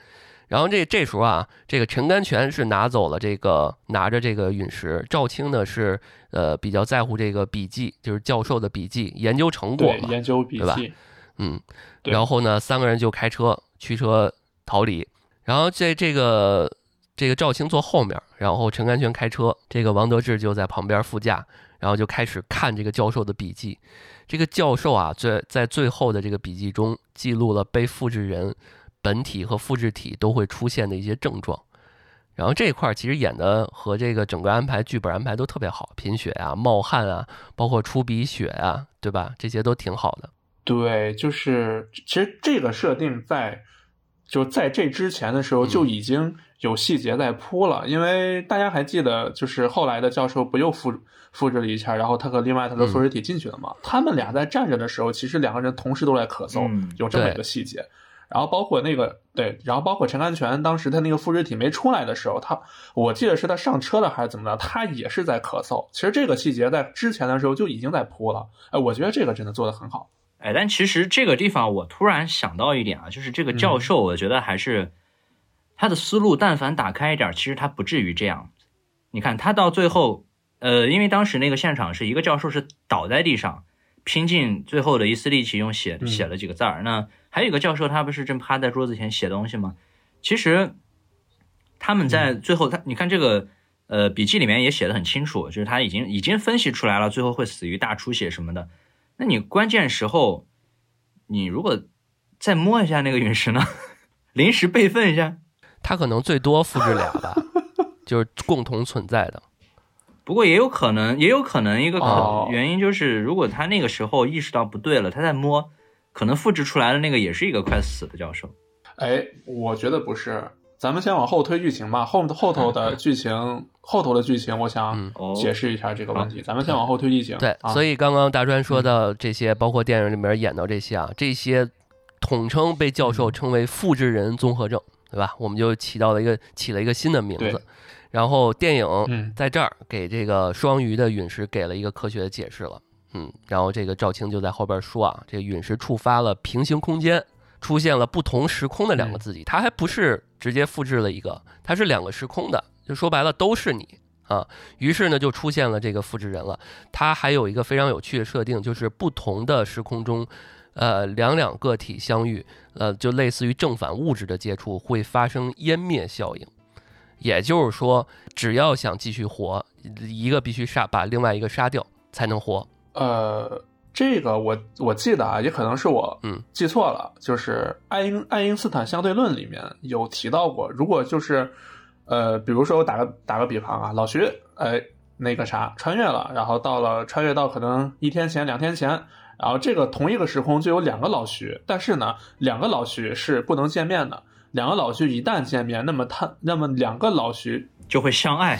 然后这这时候啊，这个陈甘泉是拿走了这个拿着这个陨石，赵青呢是呃比较在乎这个笔记，就是教授的笔记研究成果嘛， 研究笔记， 对吧？嗯，然后呢，三个人就开车驱车逃离，然后这这个这个赵青坐后面，然后陈甘泉开车，这个王得志就在旁边副驾，然后就开始看这个教授的笔记。这个教授啊，在在最后的这个笔记中记录了被复制人本体和复制体都会出现的一些症状，然后这一块其实演的和这个整个安排剧本安排都特别好，贫血啊、冒汗啊，包括出鼻血啊，对吧？这些都挺好的。 对，就是其实这个设定在就在这之前的时候就已经有细节在铺了，嗯、因为大家还记得，就是后来的教授不又复复制了一下，然后他和另外他的复制体进去了嘛？嗯、他们俩在站着的时候，其实两个人同时都在咳嗽， 嗯、 有这么一个细节。然后包括那个对，然后包括陈甘泉当时他那个复制体没出来的时候，他我记得是他上车了还是怎么的，他也是在咳嗽。其实这个细节在之前的时候就已经在铺了，哎，我觉得这个真的做得很好。 哎，但其实这个地方我突然想到一点啊，就是这个教授，我觉得还是、嗯、他的思路，但凡打开一点，其实他不至于这样。你看他到最后，呃，因为当时那个现场是一个教授是倒在地上，拼尽最后的一丝力气用写写了几个字儿、嗯，那还有一个教授他不是正趴在桌子前写东西吗？其实他们在最后，他、嗯、你看这个呃笔记里面也写得很清楚，就是他已经已经分析出来了，最后会死于大出血什么的。那你关键时候，你如果再摸一下那个陨石呢，临时备份一下， 他可能最多复制俩吧，就是共同存在的。 不过也有可能，也有可能一个可原因就是，如果他那个时候意识到不对了，他在摸，可能复制出来的那个也是一个快死的教授。 哎，我觉得不是。咱们先往后推剧情吧，后后头的剧情、嗯、后头的剧情我想解释一下这个问题、嗯、咱们先往后推剧情。 对、啊、所以刚刚大川说到这些、嗯、包括电影里面演到这些啊，这些统称被教授称为复制人综合症，对吧？我们就起到了一个起了一个新的名字。然后电影在这儿给这个双鱼的陨石给了一个科学的解释了。嗯，然后这个赵青就在后边说啊，这个陨石触发了平行空间，出现了不同时空的两个自己，它还不是直接复制了一个，它是两个时空的，就说白了都是你啊。于是呢，就出现了这个复制人了。它还有一个非常有趣的设定，就是不同的时空中，呃，两两个体相遇，呃，就类似于正反物质的接触会发生湮灭效应。也就是说，只要想继续活，一个必须杀把另外一个杀掉才能活。 呃。这个我我记得啊，也可能是我记错了，嗯、就是爱因爱因斯坦相对论里面有提到过，如果就是呃，比如说我打个打个比方啊，老徐哎那个啥穿越了，然后到了穿越到可能一天前两天前，然后这个同一个时空就有两个老徐，但是呢，两个老徐是不能见面的，两个老徐一旦见面，那么他那么两个老徐就会相爱。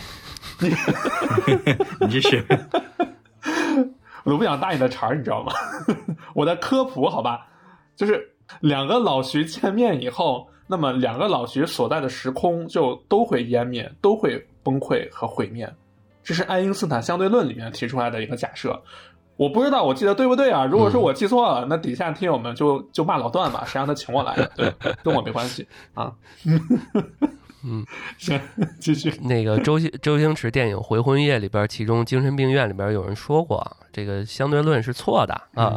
你继续。 我都不想搭你的茬儿，你知道吗？我在科普好吧，就是两个老徐见面以后，那么两个老徐所在的时空就都会湮灭，都会崩溃和毁灭。这是爱因斯坦相对论里面提出来的一个假设。我不知道我记得对不对啊？如果说我记错了，嗯、那底下听友们就就骂老段吧，谁让他请我来的？对，跟我没关系啊。 嗯， 行，继续。 那个周周星驰电影《回魂夜》里边，其中精神病院里边有人说过啊，这个相对论是错的啊。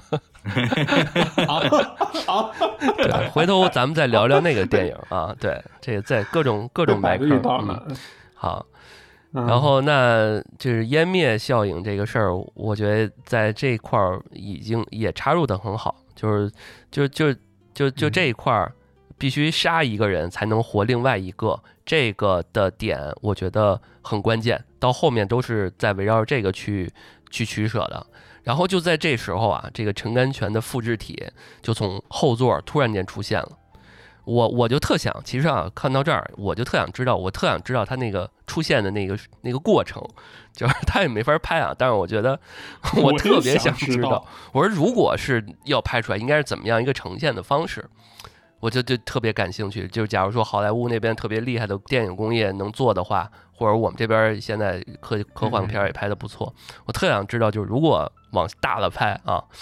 好，好， 对，回头咱们再聊聊那个电影啊。对，这个在各种各种埋坑。嗯，好。然后那就是湮灭效应这个事儿，我觉得在这一块已经也插入的很好，就是就就就就这一块。必须杀一个人才能活另外一个，这个的点我觉得很关键，到后面都是在围绕着这个去去取舍的。然后就在这时候啊，这个陈甘泉的复制体就从后座突然间出现了。我我就特想，其实啊，看到这儿我就特想知道，我特想知道他那个出现的那个那个过程，就是他也没法拍啊，但是我觉得我特别想知道，我说如果是要拍出来，应该是怎么样一个呈现的方式。我就就特别感兴趣，就是假如说好莱坞那边特别厉害的电影工业能做的话，或者我们这边现在科科幻片也拍得不错，我特想知道，就是如果往大了拍啊，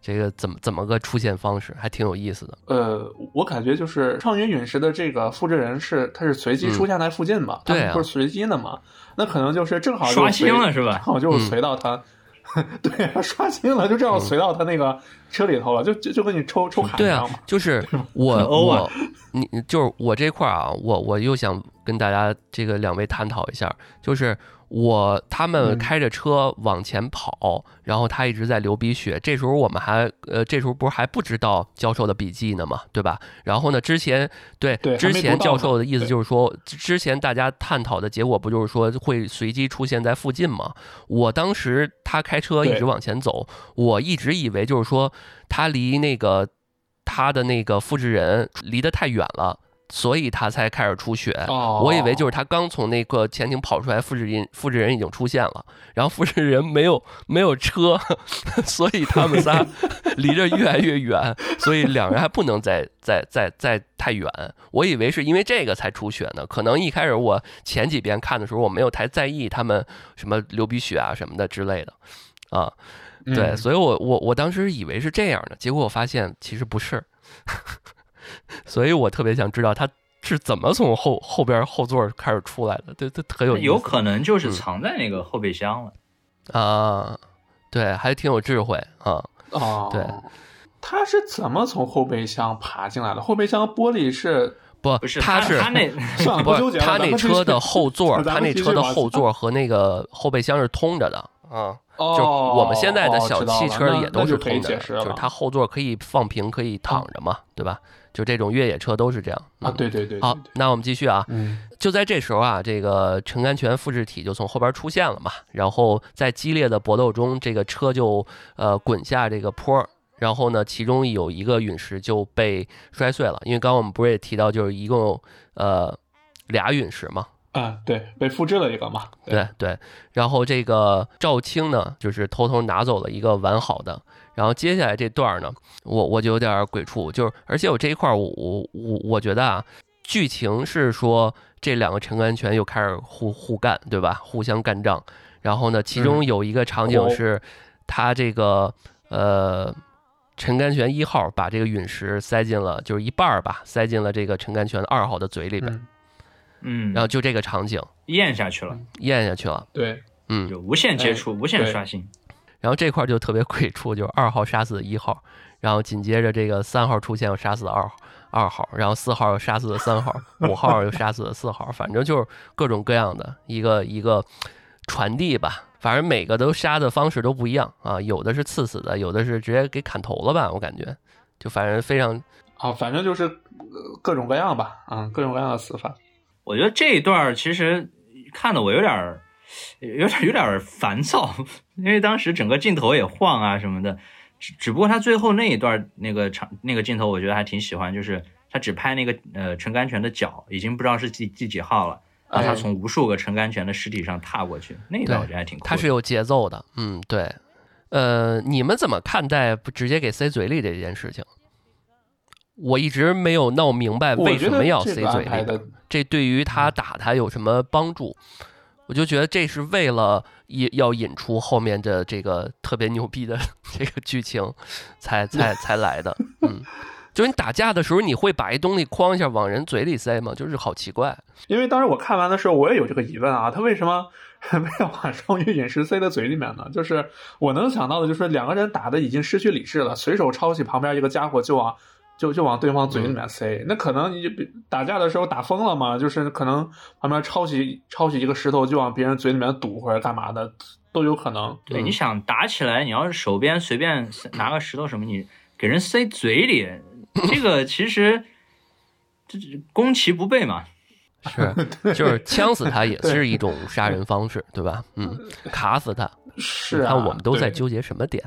这个怎么怎么个出现方式，还挺有意思的。 呃，我感觉就是创云陨石的这个复制人是它是随机出现在附近嘛， 对、 嗯，不是随机的嘛，那可能就是正好就刷新了是吧？ 正好就随到他。嗯对啊，刷新了，就这样随到他那个车里头了，就就就跟你抽抽卡一样嘛。 对啊，就是我我你就是我这块啊，我我又想跟大家这个两位探讨一下，就是我他们开着车往前跑，嗯、然后他一直在流鼻血，这时候我们还呃这时候不是还不知道教授的笔记呢嘛，对吧？然后呢，之前对对之前教授的意思就是说，之前大家探讨的结果不就是说会随机出现在附近吗？我当时他开车一直往前走，我一直以为就是说他离那个他的那个复制人离得太远了。所以他才开始出血， 哦、 我以为就是他刚从那个前庭跑出来，复制人复制人已经出现了，然后复制人没有没有车，所以他们仨离着越来越远，所以两人还不能再再再再太远。我以为是因为这个才出血呢，可能一开始我前几遍看的时候，我没有太在意他们什么流鼻血啊什么的之类的啊，对，所以我我我当时以为是这样的，结果我发现其实不是。所以我特别想知道他是怎么从后后边后座开始出来的，对，这很有意思。 有可能就是藏在那个后备箱了、 嗯、啊，对，还挺有智慧啊。 哦， 对， 他是怎么从后备箱爬进来的？后备箱玻璃是不不是他是他那不是他那车的后座，他那车的后座和那个后备箱是通着的啊。 哦， 就是我们现在的小汽车也都是通着的， 哦、就就是它后座可以放平，可以躺着嘛，啊、对吧？就这种越野车都是这样、嗯、 啊。对对 对, 对。 好，那我们继续啊。 嗯， 就在这时候啊，这个陈甘泉复制体就从后边出现了嘛，然后在激烈的搏斗中，这个车就呃滚下这个坡，然后呢，其中有一个陨石就被摔碎了，因为刚刚我们不是也提到，就是一共呃俩陨石嘛。 啊，对，被复制了一个嘛， 对 对, 对，然后这个赵青呢，就是偷偷拿走了一个完好的，然后接下来这段呢，我我就有点鬼畜，就是而且我这一块我我我我觉得啊，剧情是说这两个陈甘泉又开始互互干，对吧？互相干仗，然后呢，其中有一个场景是他这个、嗯、呃陈甘泉一号把这个陨石塞进了，就是一半吧，塞进了这个陈甘泉二号的嘴里边。 嗯嗯， 然后就这个场景咽下去了， 咽下去了， 对， 嗯， 就无限接触、哎、无限刷新。 然后这块就特别鬼畜，就是二号杀死一号，然后紧接着这个三号出现，又杀死了二号，二号，然后四号又杀死了三号，五号又杀死了四号，反正就是各种各样的一个一个传递吧。反正每个都杀的方式都不一样啊，有的是刺死的，有的是直接给砍头了吧，我感觉，就反正非常啊，反正就是各种各样吧，啊，各种各样的死法。 我觉得这一段其实看得我有点有点有点烦躁，因为当时整个镜头也晃啊什么的，只只不过他最后那一段那个场那个镜头我觉得还挺喜欢，就是他只拍那个呃陈甘泉的脚，已经不知道是第第几号了，然后他从无数个陈甘泉的尸体上踏过去，那一段我觉得还挺酷的。 他是有节奏的，嗯，对。呃，你们怎么看待不直接给塞嘴里这件事情？我一直没有闹明白为什么要塞嘴里，这, 这对于他打他有什么帮助？我就觉得这是为了要引出后面的这个特别牛逼的这个剧情才才才来的。嗯，就是你打架的时候，你会把一东西哐一下往人嘴里塞吗？就是好奇怪。 因为当时我看完的时候，我也有这个疑问啊，他为什么非要把双鱼陨石塞在嘴里面呢？就是我能想到的就是两个人打的已经失去理智了，随手抄起旁边一个家伙就往。就就往对方嘴里面塞，嗯、那可能你就打架的时候打疯了嘛，就是可能旁边抄起抄起一个石头就往别人嘴里面堵或者干嘛的都有可能。 对，嗯、你想打起来，你要是手边随便拿个石头什么，你给人塞嘴里，这个其实这攻其不备嘛。 是，就是枪死他也是一种杀人方式，对吧？嗯，卡死他。 是啊， 看我们都在纠结什么点。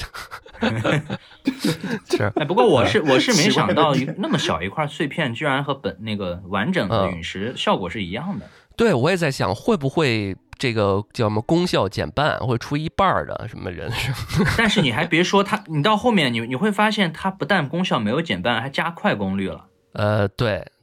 是， 哎，不过我是我是没想到那么小一块碎片居然和本那个完整的陨石效果是一样的。 嗯、对，我也在想会不会这个叫什么功效减半，会出一半的什么人是。 但是你还别说它，你到后面你你会发现它不但功效没有减半，还加快功率了。 呃，对。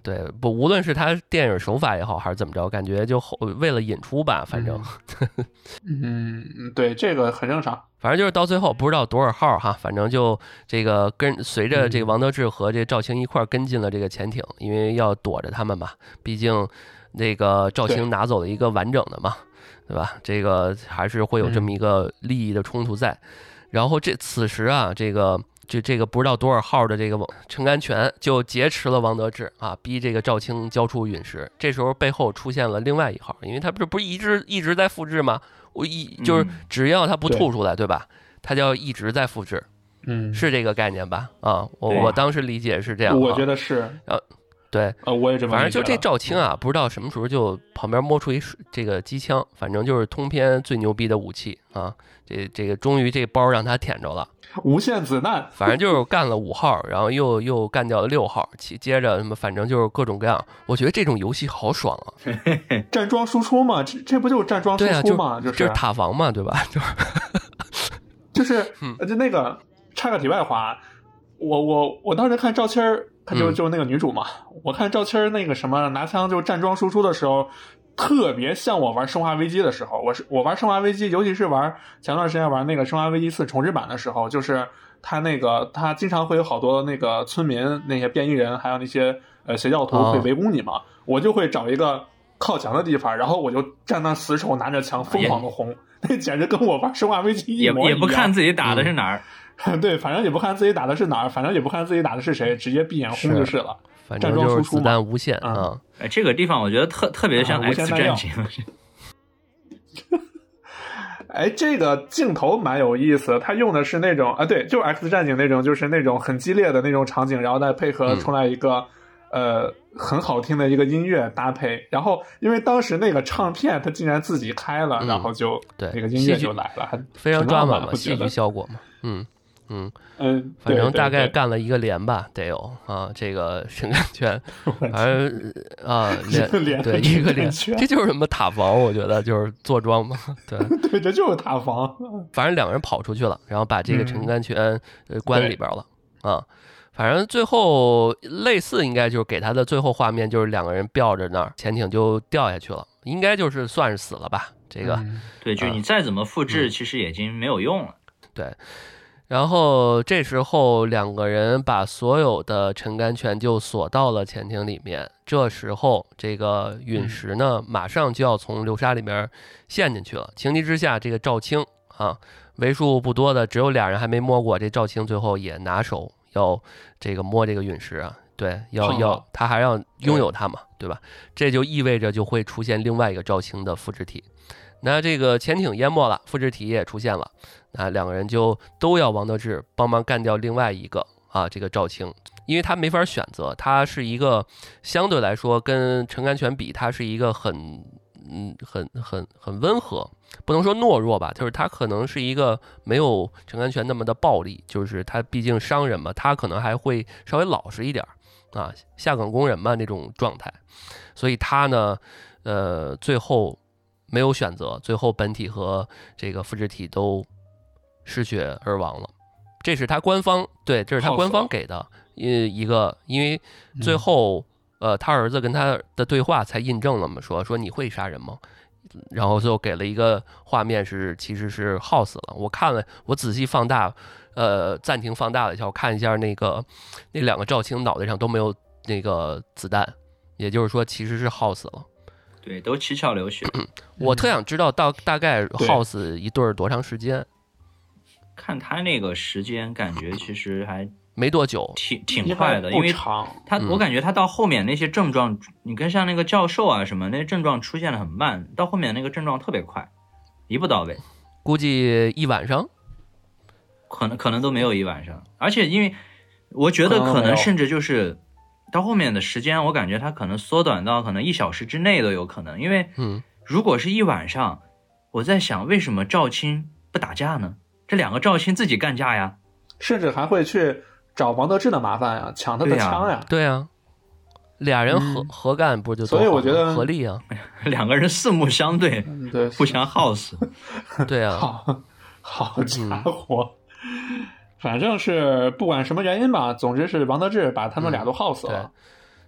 对，不，无论是他电影手法也好，还是怎么着，感觉就为了引出吧，反正， 嗯，对，这个很正常。 反正就是到最后不知道多少号哈，反正就这个跟随着这个王得志和这赵青一块跟进了这个潜艇，因为要躲着他们嘛，毕竟那个赵青拿走了一个完整的嘛，对吧？这个还是会有这么一个利益的冲突在。然后这此时啊，这个。就这个不知道多少号的这个陈甘泉就劫持了王得志啊，逼这个赵青交出陨石。这时候背后出现了另外一号，因为他不是不是一直一直在复制吗？我一就是只要他不吐出来，嗯、对吧？他就要一直在复制，嗯，是这个概念吧？啊，我我当时理解是这样， 我觉得是， 呃，对， 呃，我也这么理解。 反正就这赵青啊，不知道什么时候就旁边摸出一这个机枪，反正就是通篇最牛逼的武器啊。这这个终于这包让他舔着了， 无限子弹， 反正就是干了五号，然后又又干掉了六号，接着什么，反正就是各种各样。我觉得这种游戏好爽啊！ 站桩输出嘛，这这不就是站桩输出嘛？ 对啊、 就、就是就是塔防嘛，对吧？就是就是就那个插个题外话，我我我当时看赵七儿，她就就那个女主嘛，嗯、我看赵七儿那个什么拿枪就站桩输出的时候。特别像我玩生化危机的时候，我是我玩生化危机，尤其是玩前段时间玩那个生化危机四重置版的时候，就是他那个他经常会有好多那个村民、那些变异人，还有那些呃邪教徒会围攻你嘛，哦、我就会找一个靠墙的地方，然后我就站那死守，拿着枪疯狂的轰，那简直跟我玩生化危机一模一样。 也也不看自己打的是哪儿， 嗯、对，反正也不看自己打的是哪儿，反正也不看自己打的是谁，直接闭眼轰就是了。 反正就是子弹无限啊！ 嗯哎，这个地方我觉得特特别像 X 战警。 哎，这个镜头蛮有意思，他用的是那种啊，对，就是 X 战警那种，就是那种很激烈的那种场景，然后再配合出来一个、嗯、呃很好听的一个音乐搭配。然后因为当时那个唱片他竟然自己开了，嗯、然后就对那个音乐就来了，还非常抓马嘛，戏剧效果嘛，嗯。嗯嗯， 反正大概干了一个连吧，得有啊。这个陈甘泉，反正啊连对一个连，这就是什么塔防，我觉得就是坐庄嘛。对对，这就是塔防。 反正两个人跑出去了，然后把这个陈甘泉呃关里边了、嗯、啊。反正最后类似应该就是给他的最后画面就是两个人吊着那儿，潜艇就掉下去了，应该就是算是死了吧。这个、 嗯、对，就你再怎么复制，嗯、其实已经没有用了。 对。然后这时候两个人把所有的陈甘泉就锁到了潜艇里面。这时候这个陨石呢，马上就要从流沙里面陷进去了。情急之下，这个赵青啊，为数不多的只有俩人还没摸过，这赵青最后也拿手要这个摸这个陨石啊，对，要要他还要拥有它嘛，对吧？这就意味着就会出现另外一个赵青的复制体。那这个潜艇淹没了，复制体也出现了，那两个人就都要王得志帮忙干掉另外一个啊，这个赵青，因为他没法选择，他是一个相对来说跟陈甘泉比，他是一个很嗯很很很温和，不能说懦弱吧，就是他可能是一个没有陈甘泉那么的暴力，就是他毕竟商人嘛，他可能还会稍微老实一点啊，下岗工人嘛那种状态，所以他呢，呃，最后。没有选择，最后本体和这个复制体都失血而亡了。这是他官方对，这是他官方给的一个，因为最后、嗯、呃他儿子跟他的对话才印证了嘛，说说你会杀人吗？然后最后给了一个画面是其实是耗死了。我看了，我仔细放大，呃暂停放大了一下，我看一下那个那两个赵青脑袋上都没有那个子弹，也就是说其实是耗死了。 对，都七窍流血。 我特想知道到大概耗死一对儿多长时间？ 看他那个时间，感觉其实还没多久， 挺挺快的，因为他、 嗯、 我感觉他到后面那些症状，你跟像那个教授啊什么，那些症状出现的很慢，到后面那个症状特别快，一步到位。 估计一晚上， 可能可能都没有一晚上，而且因为我觉得可能甚至就是。到后面的时间，我感觉它可能缩短到可能一小时之内都有可能，因为，如果是一晚上，我在想为什么赵青不打架呢？这两个赵青自己干架呀， 甚至还会去找王得志的麻烦呀，抢他的枪呀， 对呀，俩人合、嗯、合干不就多好？ 所以我觉得合力啊， 两个人四目相对， 嗯、对， 互相耗死， 对啊， 好，好家伙。嗯反正是不管什么原因吧，总之是王得志把他们俩都耗死了。 嗯、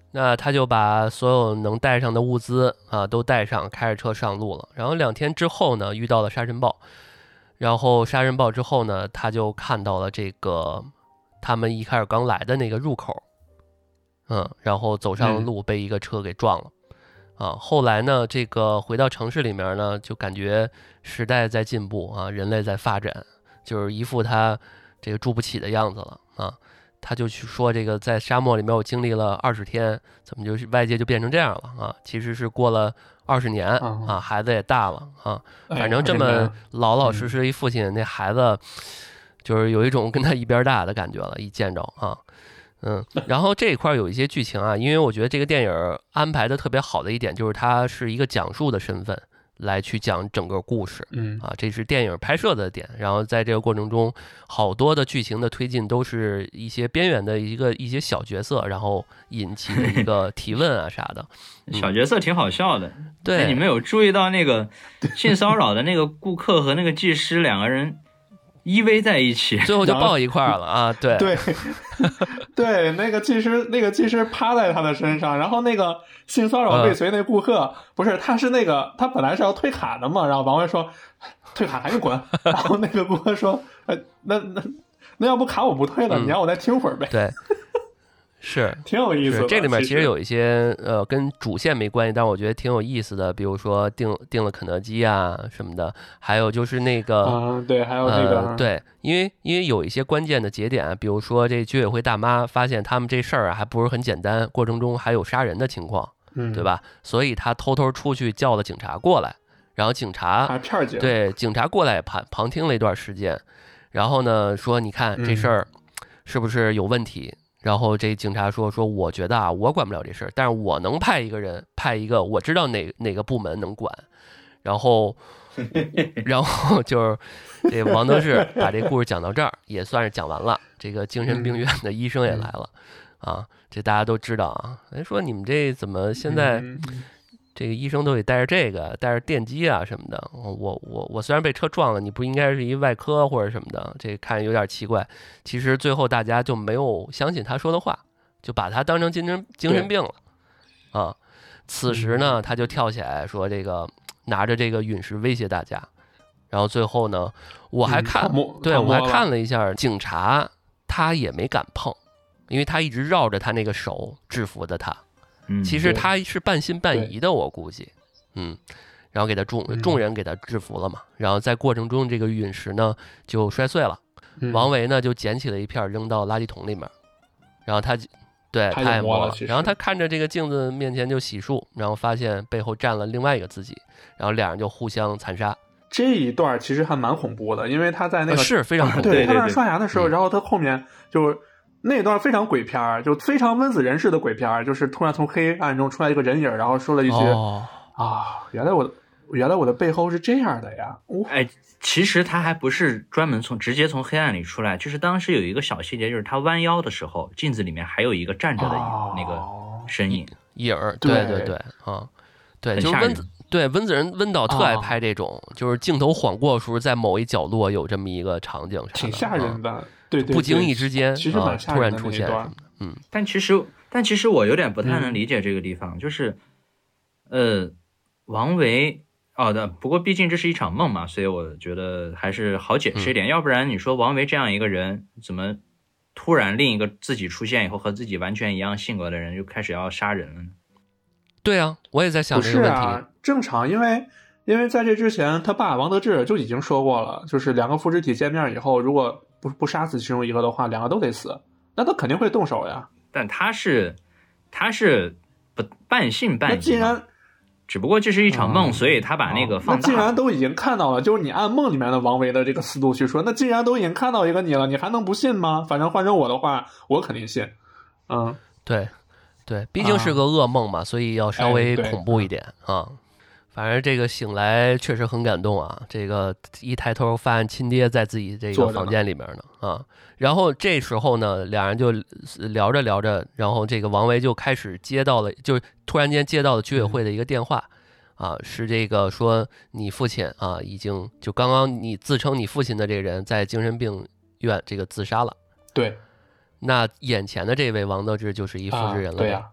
那他就把所有能带上的物资啊都带上，开着车上路了。然后两天之后呢，遇到了沙尘暴。然后沙尘暴之后呢，他就看到了这个他们一开始刚来的那个入口，嗯，然后走上路被一个车给撞了。啊，后来呢，这个回到城市里面呢，就感觉时代在进步啊，人类在发展，就是一副他这个住不起的样子了啊。他就去说这个在沙漠里面我经历了二十天，怎么就是外界就变成这样了啊？其实是过了二十年啊，孩子也大了啊，反正这么老老实实一父亲，那孩子就是有一种跟他一边大的感觉了，一见着啊。嗯，然后这一块有一些剧情啊，因为我觉得这个电影安排的特别好的一点就是它是一个讲述的身份来去讲整个故事， 嗯啊，这是电影拍摄的点。然后在这个过程中，好多的剧情的推进都是一些边缘的一个一些小角色，然后引起的一个提问啊啥的。 嗯、小角色挺好笑的。 对， 你们有注意到那个性骚扰的那个顾客和那个技师两个人依偎在一起， 最后就抱一块了啊！对对对，那个技师那个技师趴在他的身上，然后那个性骚扰未遂那顾客、嗯、不是，他是那个他本来是要退卡的嘛，然后王威说退卡赶紧滚，然后那个顾客说呃那那那要不卡我不退了、嗯、你让我再听会儿呗。 对。是， 挺有意思的。 这里面其实有一些呃跟主线没关系，但是我觉得挺有意思的。比如说订订了肯德基啊什么的，还有就是那个， 嗯，对，还有那个， 呃、对，因为因为有一些关键的节点，比如说这居委会大妈发现他们这事儿啊还不是很简单，过程中还有杀人的情况， 嗯， 对吧？所以他偷偷出去叫了警察过来，然后警察还骗警， 对，警察过来旁旁听了一段时间，然后呢说你看这事儿是不是有问题？嗯，然后这警察说说我觉得啊，我管不了这事儿，但是我能派一个人，派一个我知道哪哪个部门能管。然后，然后就是这王德志把这故事讲到这儿，也算是讲完了。这个精神病院的医生也来了，啊，这大家都知道啊。哎，说你们这怎么现在这个医生都得带着这个，带着电击啊什么的？我我我虽然被车撞了，你不应该是一外科或者什么的？这看着有点奇怪。其实最后大家就没有相信他说的话，就把他当成精神精神病了啊。此时呢，他就跳起来说这个拿着这个陨石威胁大家。然后最后呢，我还看，嗯、对我还看了一下，警察他也没敢碰，因为他一直绕着他那个手制服的他。其实他是半信半疑的，我估计，嗯，然后给他众众人给他制服了嘛，然后在过程中这个陨石呢就摔碎了，王维呢就捡起了一片扔到垃圾桶里面，然后他对他也摸了，然后他看着这个镜子面前就洗漱，然后发现背后站了另外一个自己，然后两人就互相残杀。 这一段其实还蛮恐怖的，因为他在那个、 呃、是非常恐怖， 对，他在刷牙的时候，然后他后面就。那段非常鬼片，就非常温子仁式的鬼片，就是突然从黑暗中出来一个人影，然后说了一句、哦、啊，原来我的原来我的背后是这样的呀！哦、 哎，其实他还不是专门从直接从黑暗里出来，就是当时有一个小细节，就是他弯腰的时候，镜子里面还有一个站着的那个身影、 哦、影儿，对对对啊，对，就是温子对温子仁温导特爱拍这种，哦、就是镜头晃过的时候，在某一角落有这么一个场景， 挺吓人的。啊对对对， 不经意之间， 其实蛮吓人的啊、突然出现，嗯， 但其实，但其实我有点不太能理解这个地方，嗯、就是，呃，王维，哦的，不过毕竟这是一场梦嘛，所以我觉得还是好解释一点，嗯、要不然你说王维这样一个人，怎么突然另一个自己出现以后，和自己完全一样性格的人就开始要杀人了呢？ 对啊，我也在想这个问题。 不是啊，正常，因为。因为在这之前他爸王德志就已经说过了，就是两个复制体见面以后，如果不不杀死其中一个的话，两个都得死，那他肯定会动手呀。 但他是他是不半信半疑， 那既然只不过这是一场梦、嗯、所以他把那个放大、 哦、那既然都已经看到了，就是你按梦里面的王维的这个思路去说，那既然都已经看到一个你了，你还能不信吗？反正换成我的话，我肯定信。嗯， 对对，毕竟是个噩梦嘛、啊、所以要稍微恐怖一点、哎、啊。反正这个醒来确实很感动啊！这个一抬头发现亲爹在自己这个房间里面呢啊，然后这时候呢，两人就聊着聊着，然后这个王维就开始接到了，就突然间接到了居委会的一个电话，啊，是这个说你父亲啊已经就刚刚你自称你父亲的这个人在精神病院这个自杀了。 对， 那眼前的这位王德志就是一复制人了呗。 啊对呀、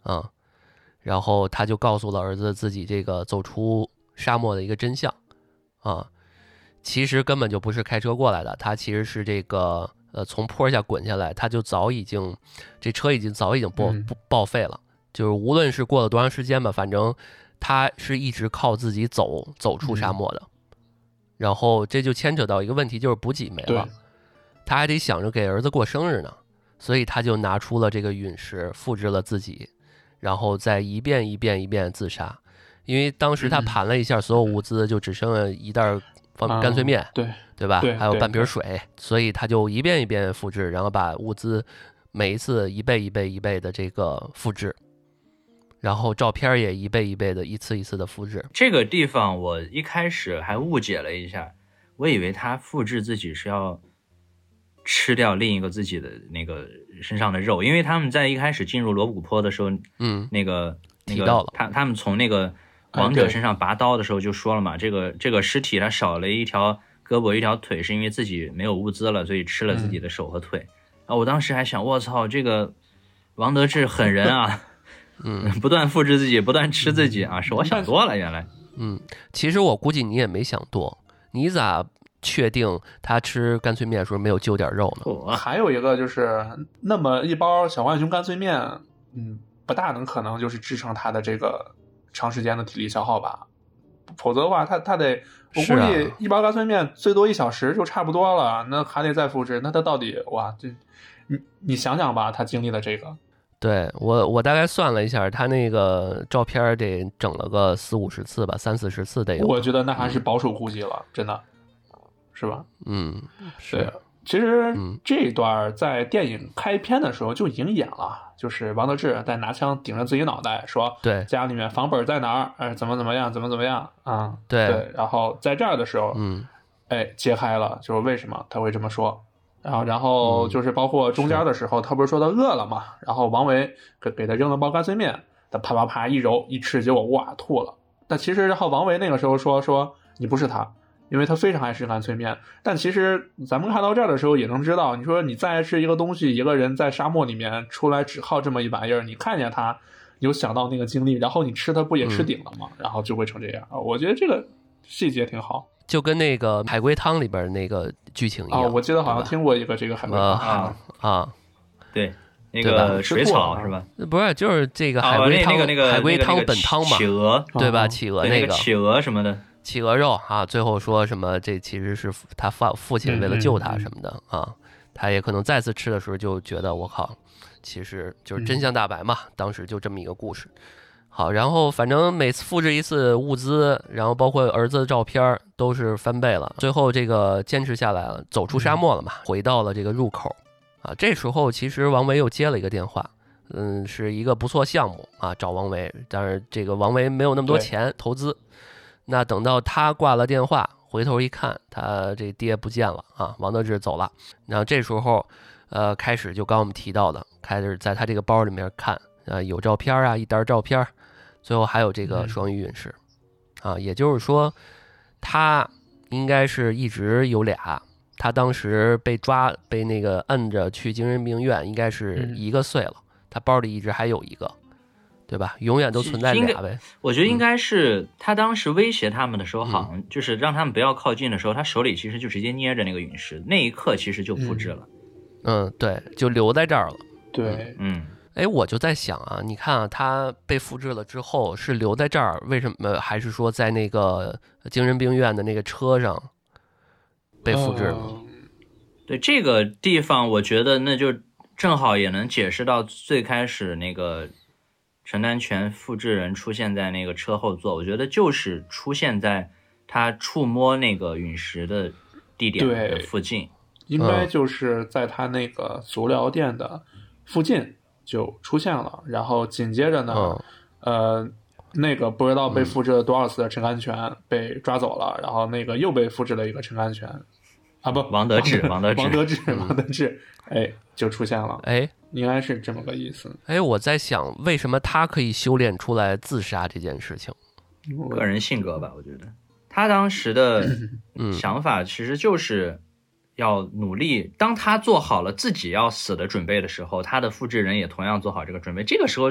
啊，然后他就告诉了儿子自己这个走出沙漠的一个真相啊，其实根本就不是开车过来的，他其实是这个呃从坡下滚下来，他就早已经这车已经早已经报报废了，就是无论是过了多长时间吧，反正他是一直靠自己走走出沙漠的。然后这就牵扯到一个问题，就是补给没了，他还得想着给儿子过生日呢，所以他就拿出了这个陨石，复制了自己，然后再一遍一遍一遍自杀。因为当时他盘了一下所有物资，就只剩了一袋方干脆面， 嗯、对对吧？ 对还有半瓶水，所以他就一遍一遍复制，然后把物资每一次一倍一倍一倍的这个复制，然后照片也一倍一倍的一次一次的复制。 这个地方我一开始还误解了一下，我以为他复制自己是要吃掉另一个自己的那个身上的肉，因为他们在一开始进入罗卜坡的时候， 嗯， 那个那个他他们从那个王者身上拔刀的时候就说了嘛，这个这个尸体他少了一条胳膊一条腿，是因为自己没有物资了，所以吃了自己的手和腿。啊、嗯，我当时还想，我操，这个王得志狠人啊， 嗯， 不断复制自己，不断吃自己啊，是我想多了，原来。 嗯，其实我估计你也没想多，你咋确定他吃干脆面的时候没有揪点肉呢？ 还有一个就是那么一包小浣熊干脆面，嗯，不大能可能就是支撑他的这个长时间的体力消耗吧，否则的话他他得，我估计一包干脆面最多一小时就差不多了，啊、那还得再复制，那他到底哇，这你你想想吧，他经历了这个。 对，我我大概算了一下，他那个照片得整了个四五十次吧，三四十次得有。 我觉得那还是保守估计了，嗯、真的是吧？ 嗯，是。 对，其实这一段在电影开篇的时候就已经演了，就是王得志在拿枪顶着自己脑袋说：“ 对， 家里面房本在哪儿？呃，怎么怎么样，怎么怎么样啊？” 对对，然后在这儿的时候， 嗯， 哎，揭开了，就是为什么他会这么说。然后，然后就是包括中间的时候，嗯、他不是说他饿了嘛？然后王维给给他扔了包干脆面，他啪啪啪一揉一吃，结果哇吐了。但其实，然后王维那个时候说说你不是他，因为他非常爱吃干脆面。但其实咱们看到这儿的时候也能知道，你说你再爱吃一个东西，一个人在沙漠里面出来只靠这么一玩意儿，你看见他，你就想到那个经历，然后你吃它不也吃顶了吗？嗯、然后就会成这样啊！我觉得这个细节挺好。 就跟那个海龟汤里边那个剧情一样， 哦，我记得好像听过一个这个海龟汤啊啊， 对，那个水草是吧？ 不是，就是这个海龟汤， 那个那个海龟汤本汤嘛， 企鹅对吧？企鹅那个企鹅什么的， 企鹅肉啊，最后说什么？这其实是他父父亲为了救他什么的啊，他也可能再次吃的时候就觉得我靠，其实就是真相大白嘛，当时就这么一个故事。好，然后反正每次复制一次物资，然后包括儿子的照片都是翻倍了。最后这个坚持下来了，走出沙漠了嘛，回到了这个入口啊。这时候其实王维又接了一个电话，嗯，是一个不错项目啊，找王维，但是这个王维没有那么多钱投资。那等到他挂了电话，回头一看，他这爹不见了啊，王得志走了。然后这时候，呃，开始就刚我们提到的，开始在他这个包里面看啊，有照片啊，一沓照片。最后还有这个双鱼陨石，啊，也就是说，他应该是一直有俩。他当时被抓，被那个摁着去精神病院，应该是一个碎了，他包里一直还有一个，对吧？永远都存在俩呗。 我觉得应该是他当时威胁他们的时候，好像就是让他们不要靠近的时候，他手里其实就直接捏着那个陨石，那一刻其实就复制了。 嗯，对，就留在这儿了。 对， 嗯。 哎，我就在想啊，你看啊，他被复制了之后是留在这儿，为什么还是说在那个精神病院的那个车上被复制了？ 呃、 对这个地方，我觉得那就正好也能解释到最开始那个陈丹泉复制人出现在那个车后座，我觉得就是出现在他触摸那个陨石的地点的附近， 应该就是在他那个足疗店的附近。就出現了，然後緊接着呢， 嗯、 呃，那個不知道被複製了多少次的陳甘泉被抓走了，嗯、然後那個又被複製了一個陳甘泉，啊不， 王得志，王得志， 王得志，王得志，哎，就出現了， 哎， 應該是這麼個意思。 哎，我在想，為什麼他可以修煉出來自殺這件事情？ 個人性格吧，我覺得他當時的想法其實就是要努力，當他做好了自己要死的準備的時候，他的複製人也同樣做好這個準備。這個時候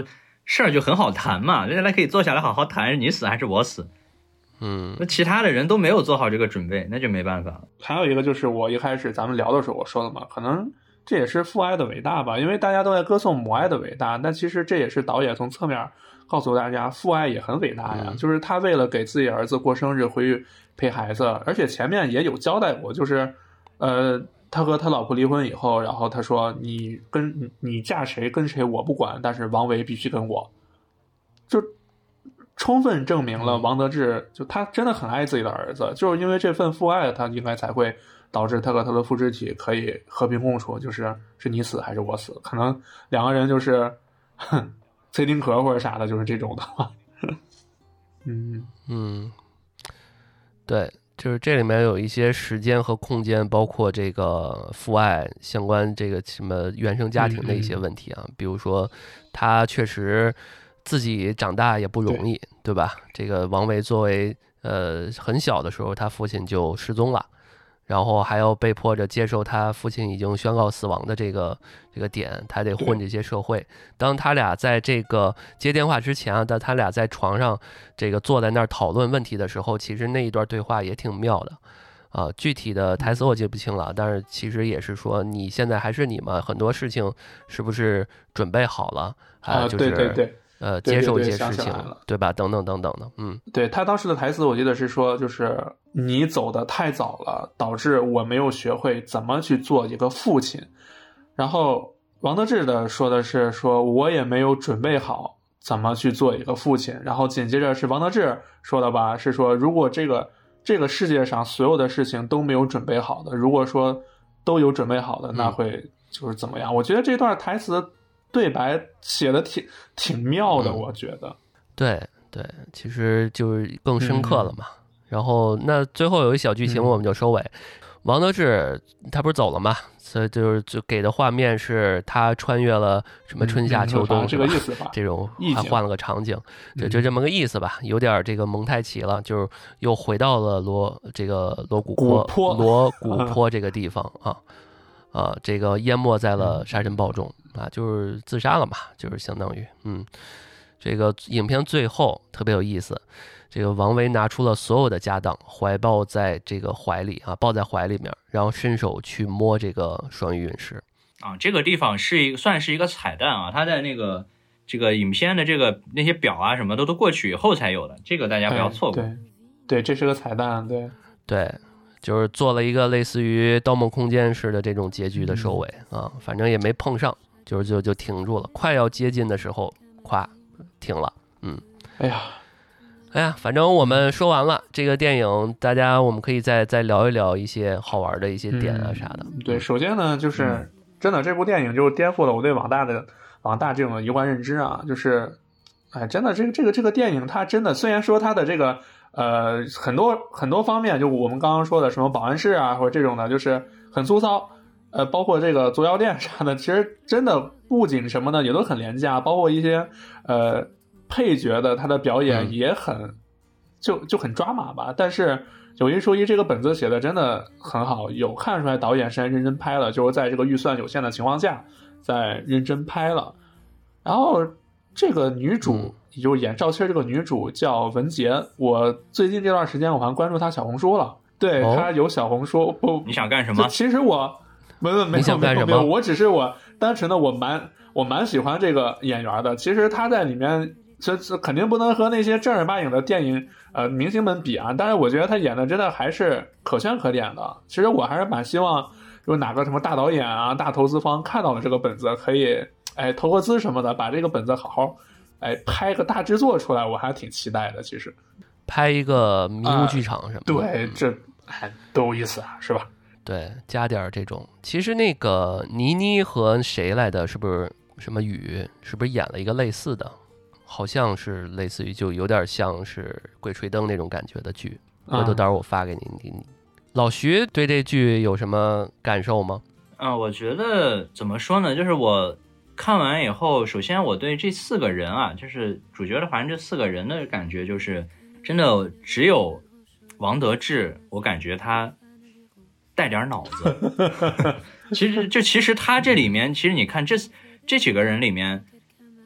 事儿就很好谈嘛，大家可以坐下来好好谈，你死还是我死。 嗯， 那其他的人都没有做好这个准备，那就没办法了。 还有一个就是我一开始咱们聊的时候我说的嘛，可能这也是父爱的伟大吧，因为大家都在歌颂母爱的伟大，但其实这也是导演从侧面告诉大家父爱也很伟大呀、嗯、就是他为了给自己儿子过生日回去陪孩子，而且前面也有交代过，就是呃他和他老婆离婚以后，然后他说你跟你嫁谁跟谁我不管，但是王维必须跟我，就充分证明了王得志就他真的很爱自己的儿子，就是因为这份父爱他应该才会导致他和他的父肢体可以和平共处，就是是你死还是我死，可能两个人就是哼崔丁壳或者啥的，就是这种的话嗯嗯，对，就是这里面有一些时间和空间，包括这个父爱相关这个什么原生家庭的一些问题啊，嗯嗯比如说他确实自己长大也不容易， 对, 对吧？这个王维作为呃很小的时候，他父亲就失踪了，然后还要被迫着接受他父亲已经宣告死亡的这个这个点，他得混这些社会。当他俩在这个接电话之前啊，但他俩在床上这个坐在那儿讨论问题的时候，其实那一段对话也挺妙的啊。具体的台词我记不清了，但是其实也是说你现在还是你嘛，很多事情是不是准备好了啊？就是、 啊、对对对。 呃，接受一些事情， 对, 对吧？等等等等的，嗯， 对他当时的台词，我记得是说，就是你走得太早了，导致我没有学会怎么去做一个父亲。然后王得志的说的是说，我也没有准备好怎么去做一个父亲。然后紧接着是王得志说的吧，是说如果这个这个世界上所有的事情都没有准备好的，如果说都有准备好的，那会就是怎么样？嗯、我觉得这段台词。对白写的挺挺妙的、嗯、我觉得对对，其实就是更深刻了嘛、嗯、然后那最后有一小剧情我们就收尾、嗯、王得志他不是走了嘛，所以就是就给的画面是他穿越了什么春夏秋冬、 嗯、这个意思吧， 这种还换了个场景，就就这么个意思吧，有点这个蒙太奇了，就是又回到了罗这个罗谷坡罗谷坡这个地方啊啊，这个淹没在了沙尘暴中啊，就是自杀了嘛，就是相当于，嗯，这个影片最后特别有意思，这个王维拿出了所有的家当，怀抱在这个怀里啊，抱在怀里面，然后伸手去摸这个双鱼陨石啊，这个地方是一个算是一个彩蛋啊，他在那个这个影片的这个那些表啊什么都都过去以后才有的，这个大家不要错过。 对， 对, 对，这是个彩蛋，对对。就是做了一个类似于《盗梦空间》式的这种结局的收尾、嗯、啊，反正也没碰上，就是就就停住了，快要接近的时候，咵停了，嗯， 哎呀， 哎呀，反正我们说完了这个电影，大家我们可以再再聊一聊一些好玩的一些点啊啥的。 嗯、对，首先呢，就是、嗯、真的这部电影就颠覆了我对网大的网大这种一贯认知啊，就是，哎，真的这个这个这个电影它真的虽然说它的这个。呃，很多很多方面，就我们刚刚说的什么保安室啊，或者这种的，就是很粗糙。呃，包括这个足疗店啥的，其实真的布景什么的也都很廉价，包括一些呃配角的他的表演也很、嗯、就就很抓马吧。但是有一说一，这个本子写的真的很好，有看出来导演是认真拍了，就是在这个预算有限的情况下，在认真拍了。然后这个女主。嗯也就是演赵倩这个女主叫文洁，我最近这段时间我好像关注她小红书了，对、哦、她有小红书。不， 你想干什么？ 其实我没有没有没有没有，我只是我单纯的我蛮我蛮喜欢这个演员的。其实她在里面，这这肯定不能和那些正儿八经的电影呃明星们比啊，但是我觉得她演的真的还是可圈可点的。其实我还是蛮希望有哪个什么大导演啊、大投资方看到了这个本子，可以哎投个资什么的，把这个本子好好。哎，拍个大制作出来，我还挺期待的。其实， 拍一个迷雾剧场什么的， 呃、对，这还都有意思啊，是吧？ 对，加点这种。其实那个倪妮和谁来的，是不是什么雨？是不是演了一个类似的？好像是类似于，就有点像是《鬼吹灯》那种感觉的剧。回头待会儿我发给你。你、嗯、老徐对这剧有什么感受吗？ 啊，我觉得怎么说呢，就是我。看完以后，首先我对这四个人啊，就是主角的反正这四个人的感觉就是真的只有王得志，我感觉他带点脑子。其实就其实他这里面，其实你看这这几个人里面，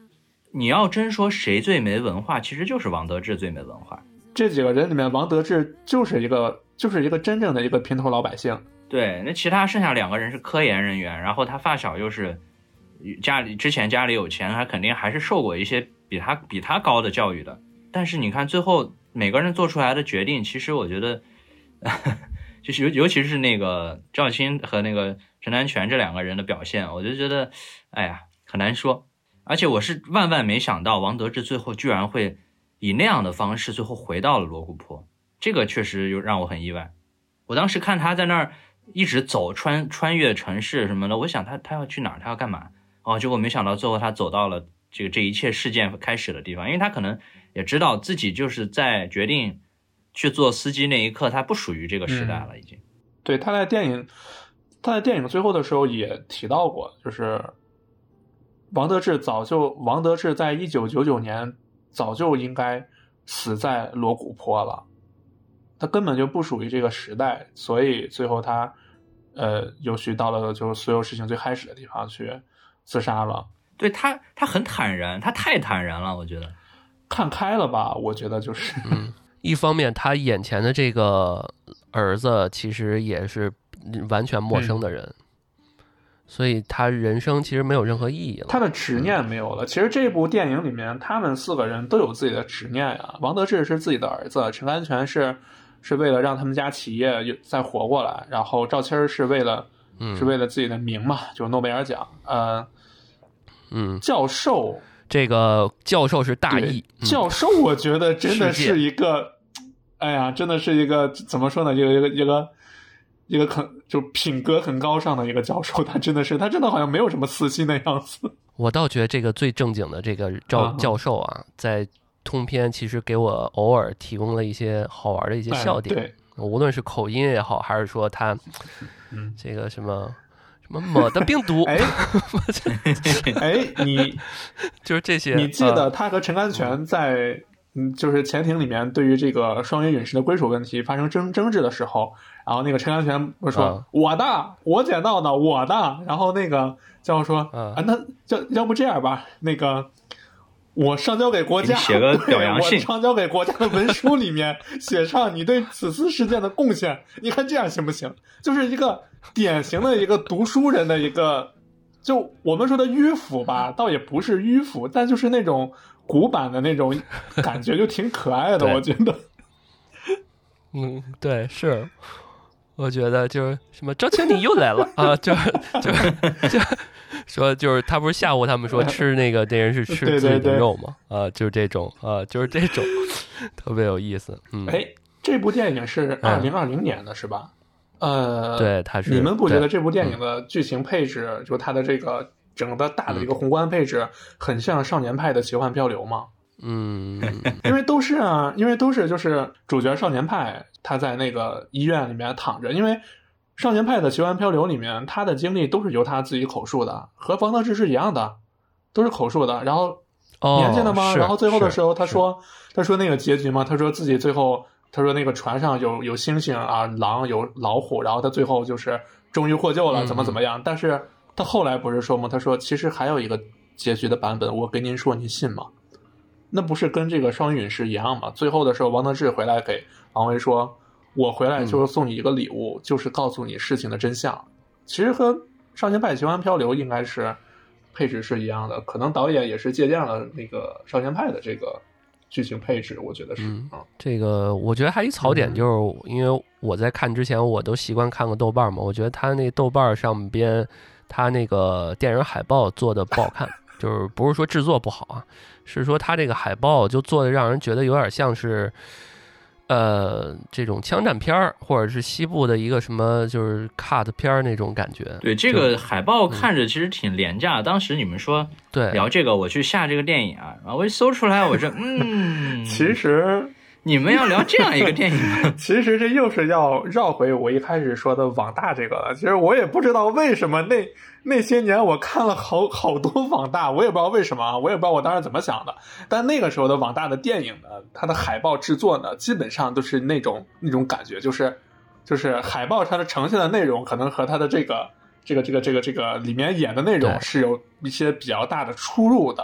你要真说谁最没文化，其实就是王得志最没文化。 这几个人里面，王得志就是一个就是一个真正的一个平头老百姓。 对，那其他剩下两个人是科研人员，然后他发小又是家里之前家里有钱，他肯定还是受过一些比他比他高的教育的。但是你看最后每个人做出来的决定，其实我觉得就是尤尤其是那个赵青和那个陈南泉这两个人的表现，我就觉得哎呀很难说。而且我是万万没想到王得志最后居然会以那样的方式最后回到了罗湖泊，这个确实又让我很意外。我当时看他在那儿一直走穿穿越城市什么的，我想他他要去哪儿，他要干嘛？哦，结果没想到最后他走到了这个这一切事件开始的地方，因为他可能也知道自己就是在决定去做司机那一刻，他不属于这个时代了，已经。嗯、 对，他在电影他在电影最后的时候也提到过，就是王得志早就王得志在一九九九年早就应该死在罗古坡了，他根本就不属于这个时代，所以最后他呃又去到了就是所有事情最开始的地方去自杀了。 对，他他很坦然，他太坦然了，我觉得看开了吧，我觉得就是嗯，一方面他眼前的这个儿子其实也是完全陌生的人、嗯，所以他人生其实没有任何意义了， 他的执念没有了。其实这部电影里面他们四个人都有自己的执念呀。王得志是自己的儿子，陈甘泉是是为了让他们家企业再活过来，然后赵青是为了、嗯、是为了自己的名嘛，就是诺贝尔奖。呃嗯， 教授这个教授是大义、 嗯、教授我觉得真的是一个哎呀真的是一个怎么说呢，一个一个一个一个很就品格很高尚的一个教授，他真的是他真的好像没有什么私心的样子。 我倒觉得这个最正经的这个教教授啊，在通篇其实给我偶尔提供了一些好玩的一些笑点、哎、对，无论是口音也好，还是说他这个什么什么抹的病毒， 哎哎，你就是这些， 你记得他和陈甘泉在嗯，就是潜艇里面对于这个双鱼陨石的归属问题发生争争执的时候，然后那个陈甘泉不是说、嗯、我的我捡到的我的，然后那个教授说、嗯、啊，那要要不这样吧，那个我上交给国家， 写个表扬信， 我上交给国家的文书里面写上你对此次事件的贡献，你看这样行不行？就是一个典型的一个读书人的一个，就我们说的迂腐吧，倒也不是迂腐，但就是那种古板的那种感觉，就挺可爱的，我觉得。 嗯，对，是，我觉得就是什么赵青你又来了啊，就就就说就是他不是吓唬他们说吃那个那人是吃自己的肉吗？对对对啊，就是这种啊，就是这种特别有意思。嗯， 哎，这部电影是二零二零年的是吧？嗯、呃， 对，它是。 你们不觉得这部电影的剧情配置，嗯、就它的这个整个大的一个宏观配置，很像少年派的奇幻漂流吗？ 嗯， 因为都是啊，因为都是就是主角少年派他在那个医院里面躺着，因为少年派的奇幻漂流里面他的经历都是由他自己口述的，和王得志是一样的，都是口述的。然后年轻的吗、 哦、 然后最后的时候他说他说那个结局嘛，他说自己最后他说那个船上有有猩猩啊狼有老虎，然后他最后就是终于获救了怎么怎么样、嗯、但是他后来不是说吗，他说其实还有一个结局的版本，我跟您说您信吗？那不是跟这个双鱼陨石一样吗？最后的时候王得志回来给王维说，我回来就是送你一个礼物、嗯、就是告诉你事情的真相。其实和少年派奇幻漂流应该是配置是一样的，可能导演也是借鉴了那个少年派的这个剧情配置，我觉得是、 嗯、这个我觉得还有一槽点，就是因为我在看之前我都习惯看个豆瓣嘛，我觉得他那豆瓣上边他那个电影海报做的不好看就是不是说制作不好啊，是说他这个海报就做的让人觉得有点像是呃这种枪战片儿，或者是西部的一个什么就是 cut 片儿那种感觉。 对，这个海报看着其实挺廉价、嗯、当时你们说对聊这个我去下这个电影啊，然后我一搜出来我说嗯其实你们要聊这样一个电影其实这又是要绕回我一开始说的网大这个了。其实我也不知道为什么那那些年我看了好好多网大，我也不知道为什么，我也不知道我当时怎么想的。但那个时候的网大的电影呢，它的海报制作呢，基本上都是那种那种感觉，就是就是海报它的呈现的内容可能和它的这个这个这个这个这个里面演的内容是有一些比较大的出入的。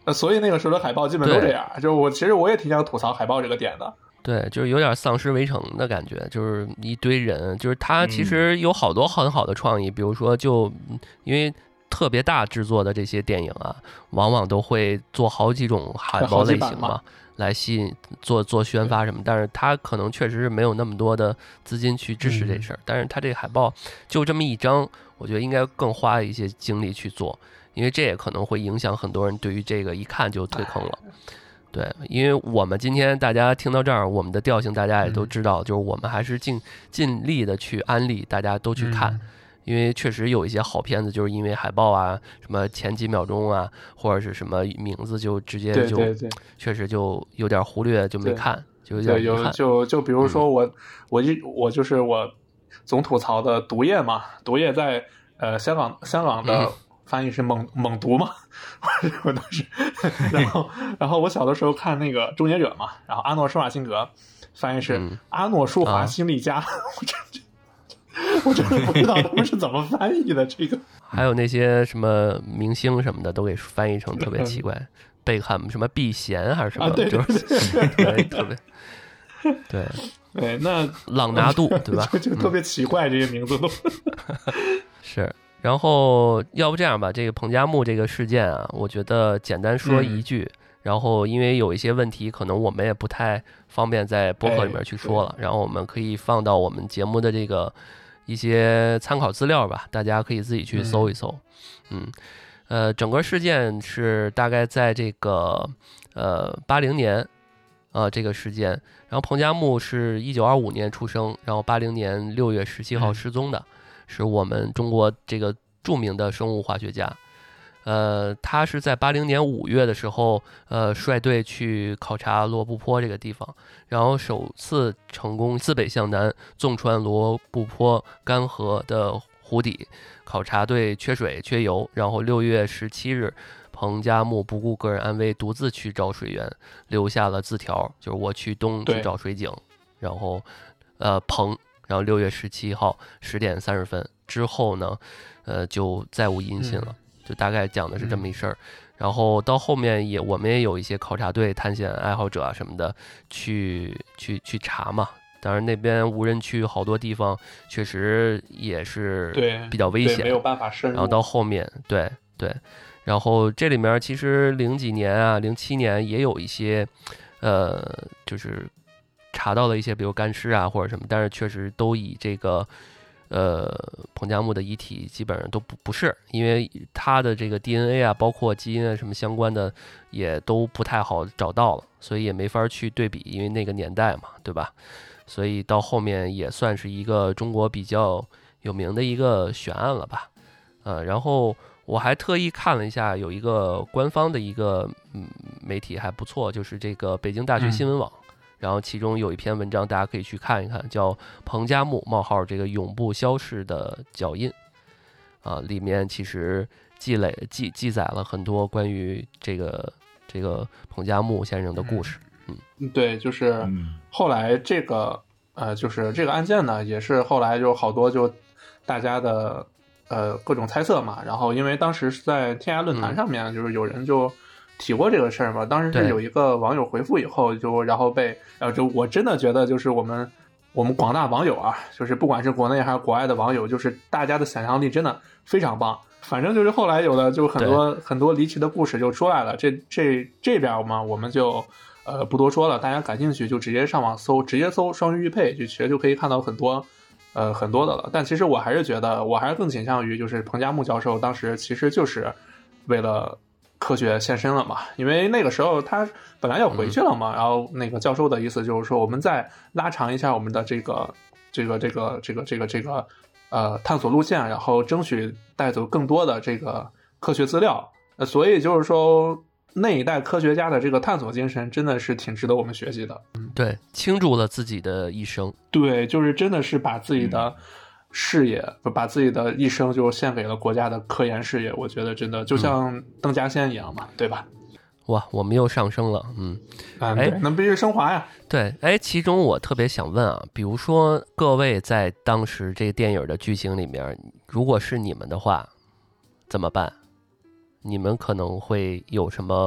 呃，所以那个时候的海报基本都这样。就我其实我也挺想吐槽海报这个点的。 对，就是有点丧尸围城的感觉，就是一堆人，就是他其实有好多很好的创意，嗯、比如说就因为特别大制作的这些电影啊，往往都会做好几种海报类型嘛，来吸引做做宣发什么，但是他可能确实是没有那么多的资金去支持这事儿，嗯、但是他这个海报就这么一张，我觉得应该更花一些精力去做。因为这也可能会影响很多人对于这个一看就退坑了，对，因为我们今天大家听到这儿，我们的调性大家也都知道，就是我们还是尽尽力的去安利，大家都去看，因为确实有一些好片子，就是因为海报啊，什么前几秒钟啊，或者是什么名字就直接就确实就有点忽略就没看，就有点遗憾。 就就比如说我、嗯、我一我就是我总吐槽的毒液嘛，毒液在呃香港香港的。嗯翻译是猛猛毒嘛，我当时，然后然后我小的时候看那个《终结者》嘛，然后阿诺施瓦辛格翻译是阿诺舒华辛利加，嗯、我真我真的不知道他们是怎么翻译的这个。 还有那些什么明星什么的都给翻译成特别奇怪，嗯、贝克汉姆什么避嫌还是什么， 啊、对对对就是特别特别对对，那朗拿度对吧？ 就就特别奇怪、嗯、这些名字都是。然后要不这样吧，这个彭加木这个事件啊，我觉得简单说一句，嗯、然后因为有一些问题可能我们也不太方便在播客里面去说了，哎、然后我们可以放到我们节目的这个一些参考资料吧，大家可以自己去搜一搜。嗯，嗯呃，整个事件是大概在这个呃八零年啊、呃、这个事件，然后彭加木是一九二五年出生，然后八零年六月十七号失踪的。嗯是我们中国这个著名的生物化学家，呃，他是在八零年五月的时候，呃，率队去考察罗布泊这个地方，然后首次成功自北向南纵穿罗布泊干涸的湖底，考察队缺水缺油，然后六月十七日，彭加木不顾个人安危，独自去找水源，留下了字条，就是我去东去找水井，然后，呃，彭。然后六月十七号十点三十分之后呢，呃，就再无音信了，就大概讲的是这么一事儿。嗯、然后到后面也我们也有一些考察队、探险爱好者啊什么的去去去查嘛。当然那边无人区好多地方确实也是比较危险， 没有办法深入。 然后到后面，对对，然后这里面其实零几年啊，零七年也有一些，呃，就是。查到了一些比如干尸啊或者什么，但是确实都以这个呃彭加木的遗体基本上都不不是，因为他的这个 D N A 啊包括基因啊什么相关的也都不太好找到了，所以也没法去对比，因为那个年代嘛，对吧？所以到后面也算是一个中国比较有名的一个悬案了吧。呃，然后我还特意看了一下，有一个官方的一个嗯媒体还不错，就是这个北京大学新闻网。嗯然后其中有一篇文章，大家可以去看一看，叫《彭加木冒号这个永不消逝的脚印》啊，里面其实记累记记载了很多关于这个这个彭加木先生的故事。 嗯，对，就是后来这个呃，就是这个案件呢，也是后来就好多就大家的呃各种猜测嘛。然后因为当时是在天涯论坛上面，嗯、就是有人就。提过这个事儿嘛？当时是有一个网友回复以后，就然后被呃，就我真的觉得就是我们我们广大网友啊，就是不管是国内还是国外的网友，就是大家的想象力真的非常棒。反正就是后来有的就很多很多离奇的故事就出来了。这这这边嘛，我们就呃不多说了，大家感兴趣就直接上网搜，直接搜双鱼玉佩，就其实就可以看到很多呃很多的了。但其实我还是觉得，我还是更倾向于就是彭加木教授当时其实就是为了。科学现身了嘛？因为那个时候他本来要回去了嘛，嗯、然后那个教授的意思就是说，我们再拉长一下我们的这个这个这个这个这个这个呃探索路线，然后争取带走更多的这个科学资料。呃，所以就是说那一代科学家的这个探索精神真的是挺值得我们学习的。 对，倾注了自己的一生。 对，就是真的是把自己的。嗯事业把自己的一生就献给了国家的科研事业，我觉得真的就像邓稼先一样嘛，嗯、对吧？ 哇，我们又上升了，嗯， 啊，对，那必须升华呀。 对，哎，其中我特别想问啊，比如说各位在当时这个电影的剧情里面，如果是你们的话，怎么办？你们可能会有什么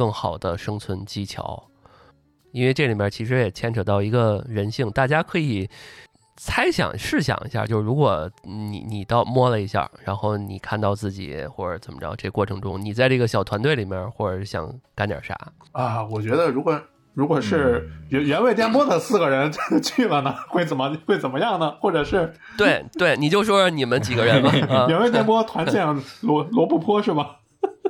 更好的生存技巧。因为这里面其实也牵扯到一个人性，大家可以猜想试想一下，就是如果你你到摸了一下，然后你看到自己或者怎么着，这过程中你在这个小团队里面，或者是想干点啥啊？我觉得如果如果是原原味电波的四个人去了呢，会怎么会怎么样呢？或者是对对，你就说说你们几个人吧。啊、 原味电波团建罗罗布泊是吧？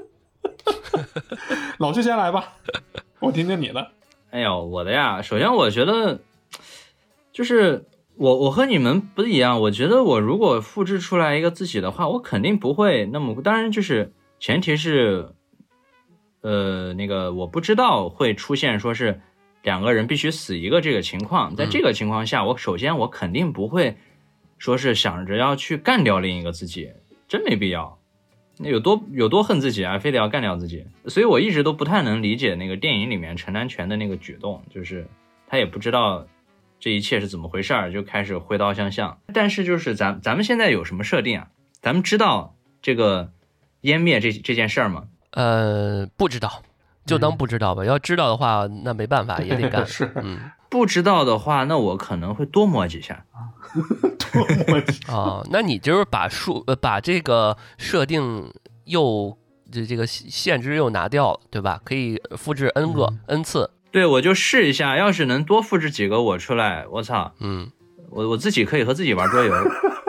老徐先来吧，我听听你的。 哎呦，我的呀！首先，我觉得就是我我和你们不一样。我觉得我如果复制出来一个自己的话，我肯定不会那么。当然，就是前提是，呃，那个我不知道会出现说是两个人必须死一个这个情况。在这个情况下，我首先我肯定不会说是想着要去干掉另一个自己，真没必要。有多有多恨自己啊，非得要干掉自己，所以我一直都不太能理解那个电影里面陈南拳的那个举动，就是他也不知道这一切是怎么回事儿，就开始挥刀相向。但是就是咱咱们现在有什么设定啊？咱们知道这个湮灭这这件事儿吗？ 呃，不知道，就当不知道吧。嗯、要知道的话，那没办法，也得干。 是， 嗯， 不知道的话，那我可能会多摸几下。 多摸几下啊，那你就是把数呃把这个设定又这这个限制又拿掉了，对吧？可以复制 n 个、嗯、n 次。对， 我就试一下，要是能多复制几个我出来，我操， 嗯， 我我自己可以和自己玩桌游。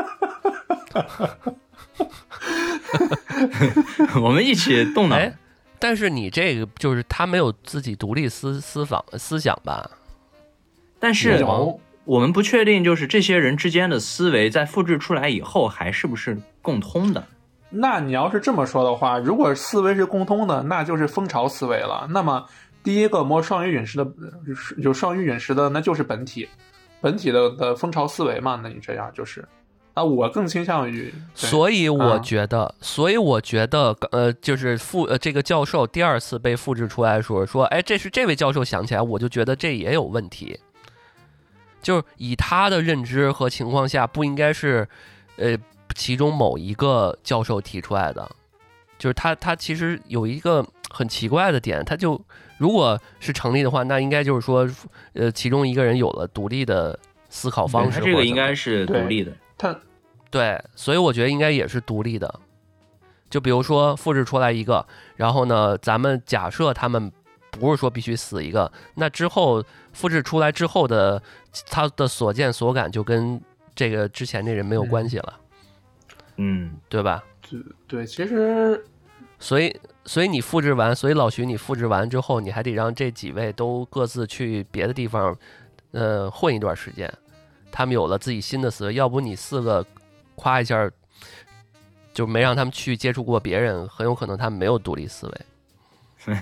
我们一起动脑。 哎，但是你这个就是他没有自己独立思思想思想吧？ 但是我们不确定，就是这些人之间的思维在复制出来以后还是不是共通的。 那你要是这么说的话，如果思维是共通的，那就是蜂巢思维了。那么第一个摸双鱼陨石的，有双鱼陨石的，那就是本体，本体的的蜂巢思维嘛。那你这样就是啊，我更倾向于。 所以我觉得，啊、所以我觉得，呃，就是复呃这个教授第二次被复制出来的时候说，哎，这是这位教授想起来，我就觉得这也有问题。就是以他的认知和情况下，不应该是，呃，其中某一个教授提出来的。就是他，他其实有一个很奇怪的点，他就如果是成立的话，那应该就是说，呃，其中一个人有了独立的思考方式。 他这个应该是独立的。 他对，所以我觉得应该也是独立的。就比如说复制出来一个，然后呢，咱们假设他们不是说必须死一个，那之后复制出来之后的他的所见所感就跟这个之前那人没有关系了， 嗯， 对吧？ 对对，其实， 所以所以你复制完，所以老徐你复制完之后，你还得让这几位都各自去别的地方，呃，混一段时间，他们有了自己新的思维，要不你四个夸一下，就没让他们去接触过别人，很有可能他们没有独立思维。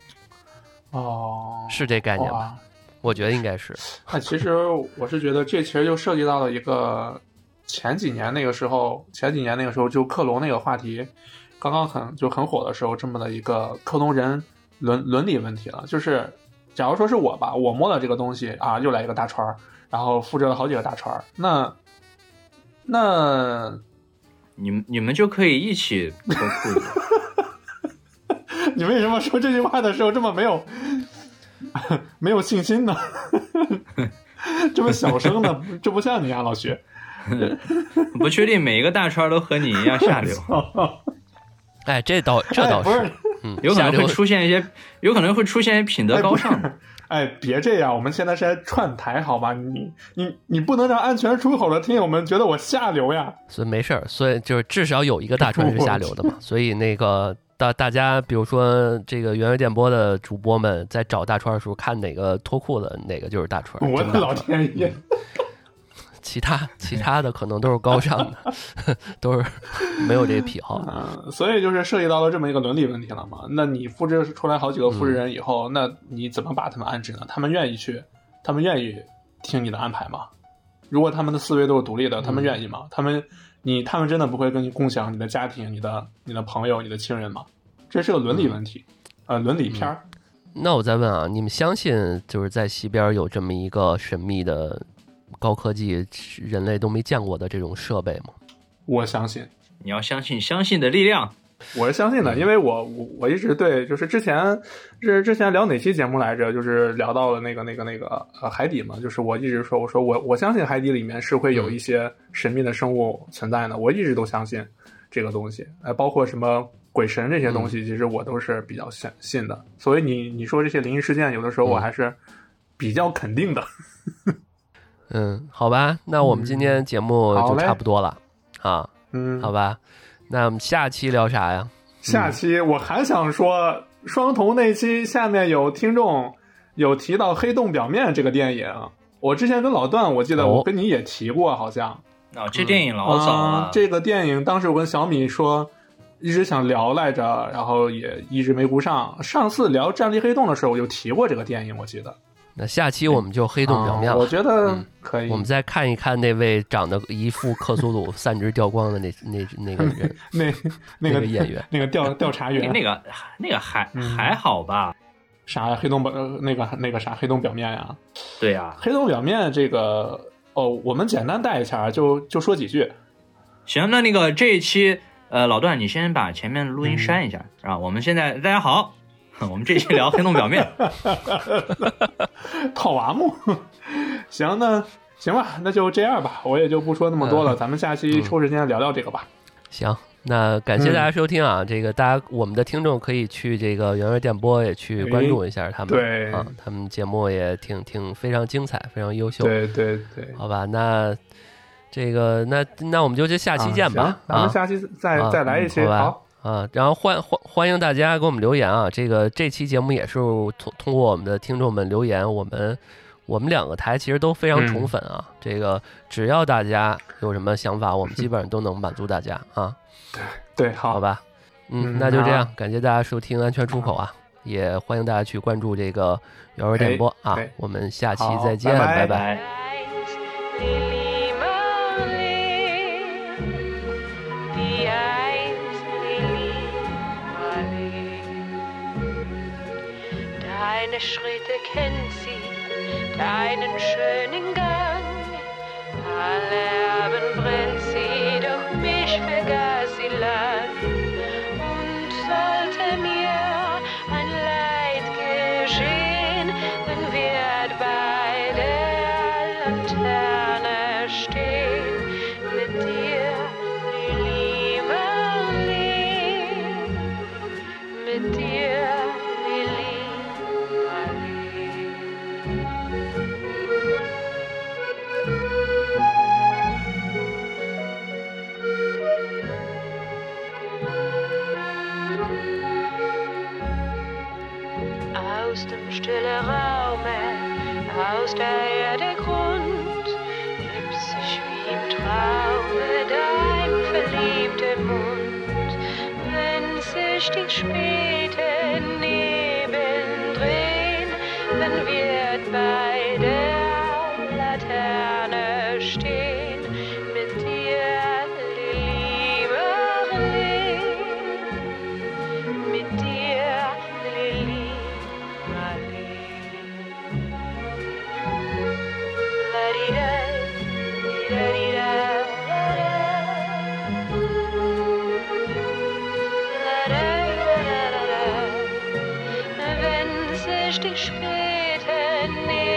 哦， 是这概念吧？我觉得应该是。 那其实我是觉得这其实就涉及到了一个前几年那个时候，前几年那个时候就克隆那个话题刚刚很就很火的时候，这么的一个克隆人伦伦理问题了。就是假如说是我吧，我摸了这个东西啊，又来一个大串，然后复制了好几个大串，那那你们你们就可以一起脱裤子。 你为什么说这句话的时候这么没有没有信心呢？这么小声呢？这不像你啊，老徐。 不确定每一个大串都和你一样下流。 哎，这倒这倒是， 哎、 嗯， 有可能会出现一些，有可能会出现一些品德高尚的。 哎，别这样，我们现在是在串台，好吧？你你你不能让安全出口的听友们觉得我下流呀。 所以没事儿，所以就是至少有一个大串是下流的嘛。所以那个。大大家比如说这个原味电波的主播们在找大串的时候，看哪个脱裤子哪个就是大串。 我的老天爷！ 其他其他的可能都是高尚的，都是没有这个癖好。 嗯，所以就是涉及到了这么一个伦理问题了嘛。那你复制出来好几个复制人以后，嗯、那你怎么把他们安置呢？他们愿意去，他们愿意听你的安排吗？如果他们的思维都是独立的，他们愿意吗？嗯、他们。你他们真的不会跟你共享你的家庭、你的你的朋友、你的亲人吗？这是个伦理问题，嗯、呃，伦理片儿、 嗯。那我再问啊，你们相信就是在西边有这么一个神秘的高科技、人类都没见过的这种设备吗？ 我相信。 你要相信相信的力量。 我是相信的，因为我我我一直对，就是之前是之前聊哪期节目来着，就是聊到了那个那个那个呃海底嘛，就是我一直说我说我我相信海底里面是会有一些神秘的生物存在的，我一直都相信这个东西，呃，包括什么鬼神这些东西，其实我都是比较信信的。所以你你说这些灵异事件，有的时候我还是比较肯定的。 嗯，好吧，那我们今天节目就差不多了、嗯、啊。嗯，好吧，那我们下期聊啥呀？ 下期我还想说，双瞳那期下面有听众有提到《黑洞表面》这个电影，我之前跟老段，我记得我跟你也提过，好像。 哦，这电影老早了、 嗯。这个电影当时我跟小米说，一直想聊来着，然后也一直没顾上。上次聊《战地黑洞》的时候，我就提过这个电影，我记得。 那下期我们就黑洞表面了、 嗯、我觉得可以、 嗯、我们再看一看那位长得一副克苏鲁散值掉光的那那那个人那那个演员那个调调查员那个那个还、嗯、还好吧？ 啥呀？黑洞表那个那个啥黑洞表面呀？ 对呀、啊， 黑洞表面这个哦，我们简单带一下，就就说几句。 行，那那个这一期呃，老段你先把前面录音删一下、嗯、啊。我们现在大家好。我们这期聊黑洞表面套娃木行，那行吧，那就这样吧，我也就不说那么多了、嗯、咱们下期抽时间聊聊这个吧、 嗯、行，那感谢大家收听啊、嗯、这个大家我们的听众可以去这个圆圆电波也去关注一下他们、哎、对啊，他们节目也挺挺非常精彩，非常优秀， 对对对， 好吧，那这个那那我们就下期见吧、啊、 咱们下期再、啊、再来一期、 嗯、好吧好啊，然后欢欢欢迎大家给我们留言啊！这个这期节目也是通通过我们的听众们留言，我们我们两个台其实都非常宠粉啊。嗯、这个只要大家有什么想法，我们基本上都能满足大家啊。 对，好， 好吧，嗯，那就这样，感谢大家收听安全出口啊，也欢迎大家去关注这个圆圆电波啊。我们下期再见，拜拜。 Deine Schritte kennt sie, deinen schönen Gang. Alle Abend brennt sie, doch mich vergaß sie lang. Und sollte mir ein Leid geschehen, dann wird bei der Laterne stehen. Mit dir, Lili Marleen, mit dir. Aus dem stillen Raume, aus der Erde Grund, hebt sich wie im Traume dein verliebter Mund. Wenn sich die späten Nebel drehen, dann wird bei der Laterne stehen, mit dir, Lili Marleen, mit dir, Lili Wenn sich die späten